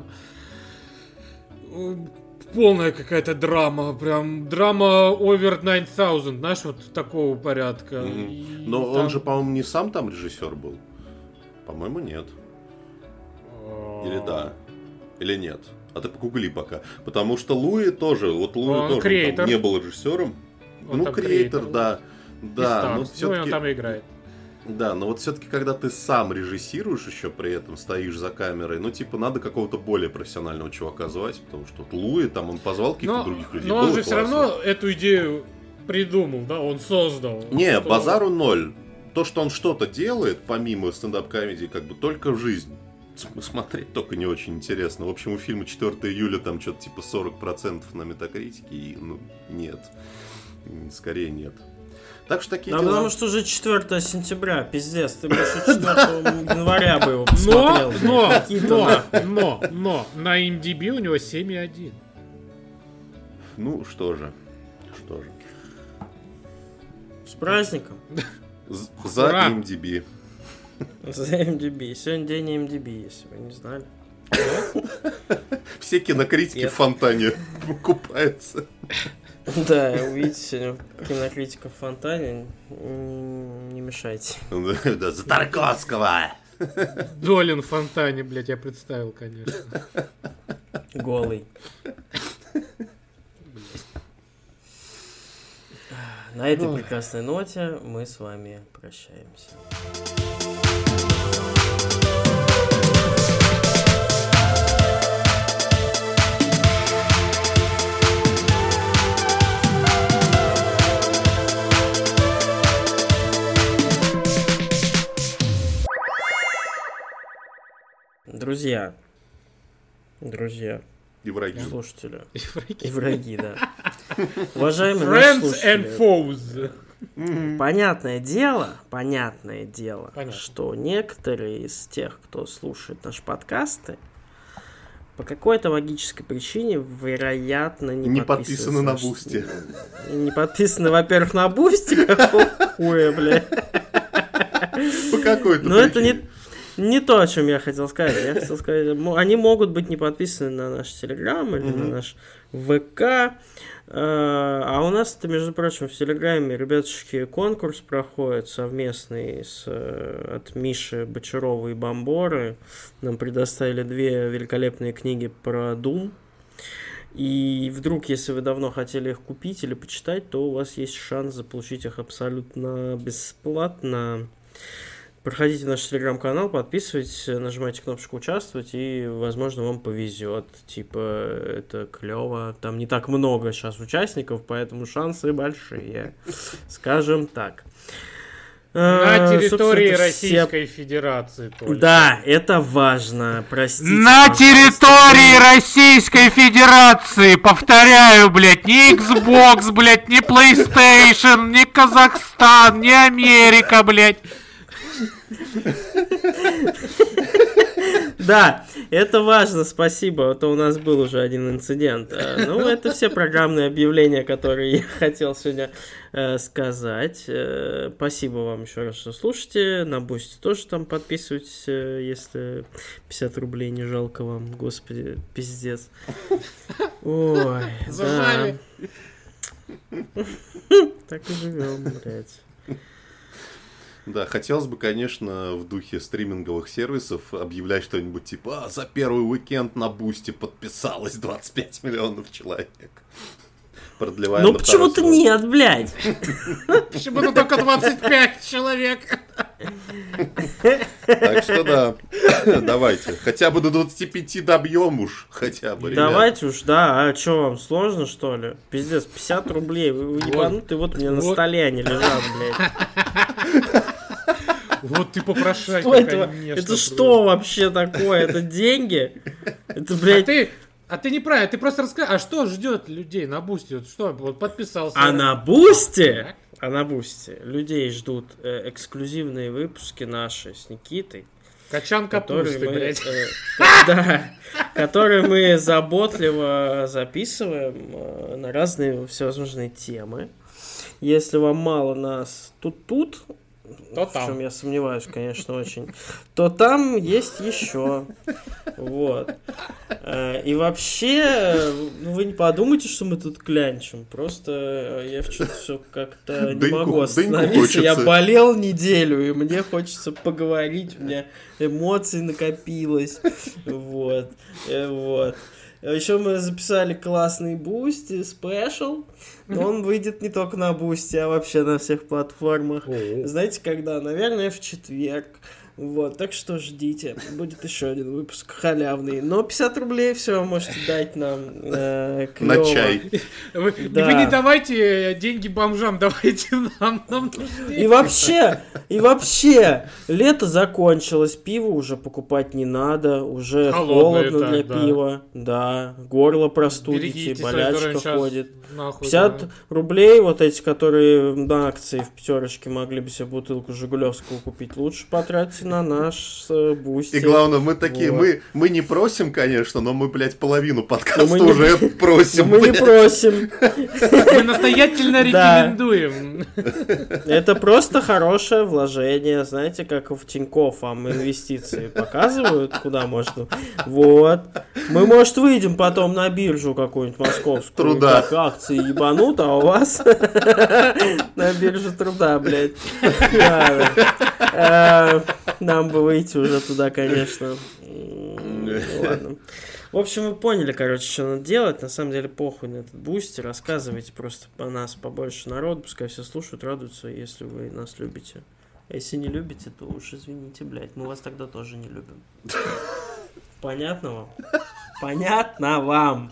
полная какая-то драма, прям драма over nine thousand, знаешь, вот такого порядка. Угу. И но там... он же, по-моему, не сам там режиссер был? По-моему, нет. Или да? Или нет? А ты погугли пока. Потому что Луи тоже, вот Луи он тоже креатор. Там не был режиссером. Он ну, креатор, да. Да, но все-таки... Ну, он там и играет. Да, но вот все-таки, когда ты сам режиссируешь еще при этом, стоишь за камерой, ну, типа, надо какого-то более профессионального чувака звать, потому что вот Луи, там, он позвал каких-то но, других людей. Но он же все равно эту идею придумал, да, он создал. Не, что... базару ноль. То, что он что-то делает, помимо стендап-комедии, как бы только в жизнь. Смотреть только не очень интересно. В общем, у фильма четвёртого июля там что-то типа сорок процентов на метакритике, и, ну, нет. Скорее нет. Так что такие да, дела. потому что уже четвёртого сентября, пиздец, ты больше четвёртого января бы его посмотрел. Но, но, но, но, но, на эм ди би у него семь и один. Ну, что же, что же. С праздником. За Ура! эм ди би. За эм ди би. Сегодня день эм ди би, если вы не знали. Все кинокритики в фонтане купаются. Да, увидите сегодня кинокритика в фонтане, не мешайте. Да, за Тарковского! Долин в фонтане, блядь, я представил, конечно. Голый. На этой прекрасной ноте мы с вами прощаемся. Друзья, друзья, и враги, слушатели, и враги, и враги, да. Уважаемые Friends наши and слушатели, foes. понятное дело, понятное дело, Понятно. что некоторые из тех, кто слушает наши подкасты, по какой-то логической причине, вероятно, не, не подписаны на наш... Бусти. Не подписаны, во-первых, на Бусти, какого хуя, блядь. По какой-то Но это не... Не то, о чем я хотел сказать. Я хотел сказать, они могут быть не подписаны на наш Телеграм или mm-hmm. на наш ВК. А у нас-то, между прочим, в Телеграме, ребятушки, конкурс проходит совместный с, от Миши Бочарова и Бомборы. Нам предоставили две великолепные книги про Doom. И вдруг, если вы давно хотели их купить или почитать, то у вас есть шанс заполучить их абсолютно бесплатно. Проходите в наш телеграм-канал, подписывайтесь, нажимайте кнопочку «Участвовать», и, возможно, вам повезет. Типа, это клево. Там не так много сейчас участников, поэтому шансы большие. Скажем так. На территории а, Российской все... Федерации только. Да, это важно, простите. На территории Российской Федерации, повторяю, блядь, не Xbox, блядь, не PlayStation, не Казахстан, не Америка, блядь. Да, это важно, спасибо. А то у нас был уже один инцидент. Ну, это все программные объявления, которые я хотел сегодня э, сказать. Э, спасибо вам еще раз, что слушаете. На Бусти тоже там подписывайтесь, э, если пятьдесят рублей не жалко вам. Господи, пиздец. Ой, да. Так и живем, блядь. Да, хотелось бы, конечно, в духе стриминговых сервисов объявлять что-нибудь типа: а, за первый уикенд на Бусти подписалось двадцать пять миллионов человек. Продлеваем. Ну почему-то нет, блядь. Почему-то только двадцать пять человек. Так что да, давайте. Хотя бы до двадцати пяти добьем уж, хотя бы, ребят. Давайте уж, да. А что, вам сложно, что ли? Пиздец, пятьдесят рублей. Вы ебанутые, вот у меня на столе они лежат, блядь. Вот ты попрошайка, что это, конечно. Это что вообще такое? Это деньги? Это, блядь... А ты, а ты неправильно, ты просто расскажи, а что ждет людей на Бусти? Вот что, вот подписался. А на Бусти, а на Бусти людей ждут э, эксклюзивные выпуски наши с Никитой. Качан капусты, мы, блядь. Э, да, которые мы заботливо записываем э, на разные всевозможные темы. Если вам мало нас тут-тут, то в там. чем я сомневаюсь, конечно, очень, то там есть еще. Вот. И вообще, вы не подумайте, что мы тут клянчим. Просто я что-то все как-то не могу остановиться. Я болел неделю, и мне хочется поговорить. У меня эмоций накопилось. Вот. Вот. Еще мы записали классный Бусти, спешл, но он выйдет не только на Бусти, а вообще на всех платформах. О-о. Знаете, когда? Наверное, в четверг. Вот, так что ждите. Будет еще один выпуск халявный. Но пятьдесят рублей все можете дать нам э, клево. На чай. Вы, да. вы не давайте деньги бомжам, давайте нам. нам и вообще, и вообще, лето закончилось, пиво уже покупать не надо, уже холодное холодно так, для да. пива. Да, горло простудите, Берегите болячка свой ходит. Нахуй, пятьдесят да. рублей, вот эти, которые на акции в пятерочке могли бы себе бутылку жигулевского купить, лучше потратить на наш э, бустер. И главное, мы такие, вот. мы, мы не просим, конечно, но мы, блядь, половину подкаста мы уже не... просим. Мы не просим. Мы настоятельно рекомендуем. Это просто хорошее вложение, знаете, как в Тинькофф, вам инвестиции показывают, куда можно. Вот. Мы, может, выйдем потом на биржу какую-нибудь московскую. Труда. Как акции ебанут, а у вас на биржу труда, блядь. Нам бы выйти уже туда, конечно. Ладно. В общем, вы поняли, короче, что надо делать. На самом деле, похуй на этот бустер. Рассказывайте просто о нас побольше народу. Пускай все слушают, радуются, если вы нас любите. А если не любите, то уж извините, блядь. Мы вас тогда тоже не любим. Понятно вам? Понятно вам?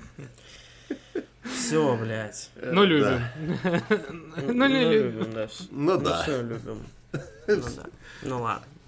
Все, блядь. Ну, любим. Ну, любим, да. Ну, да. Ну, все любим. Ну, да. Ну, ладно.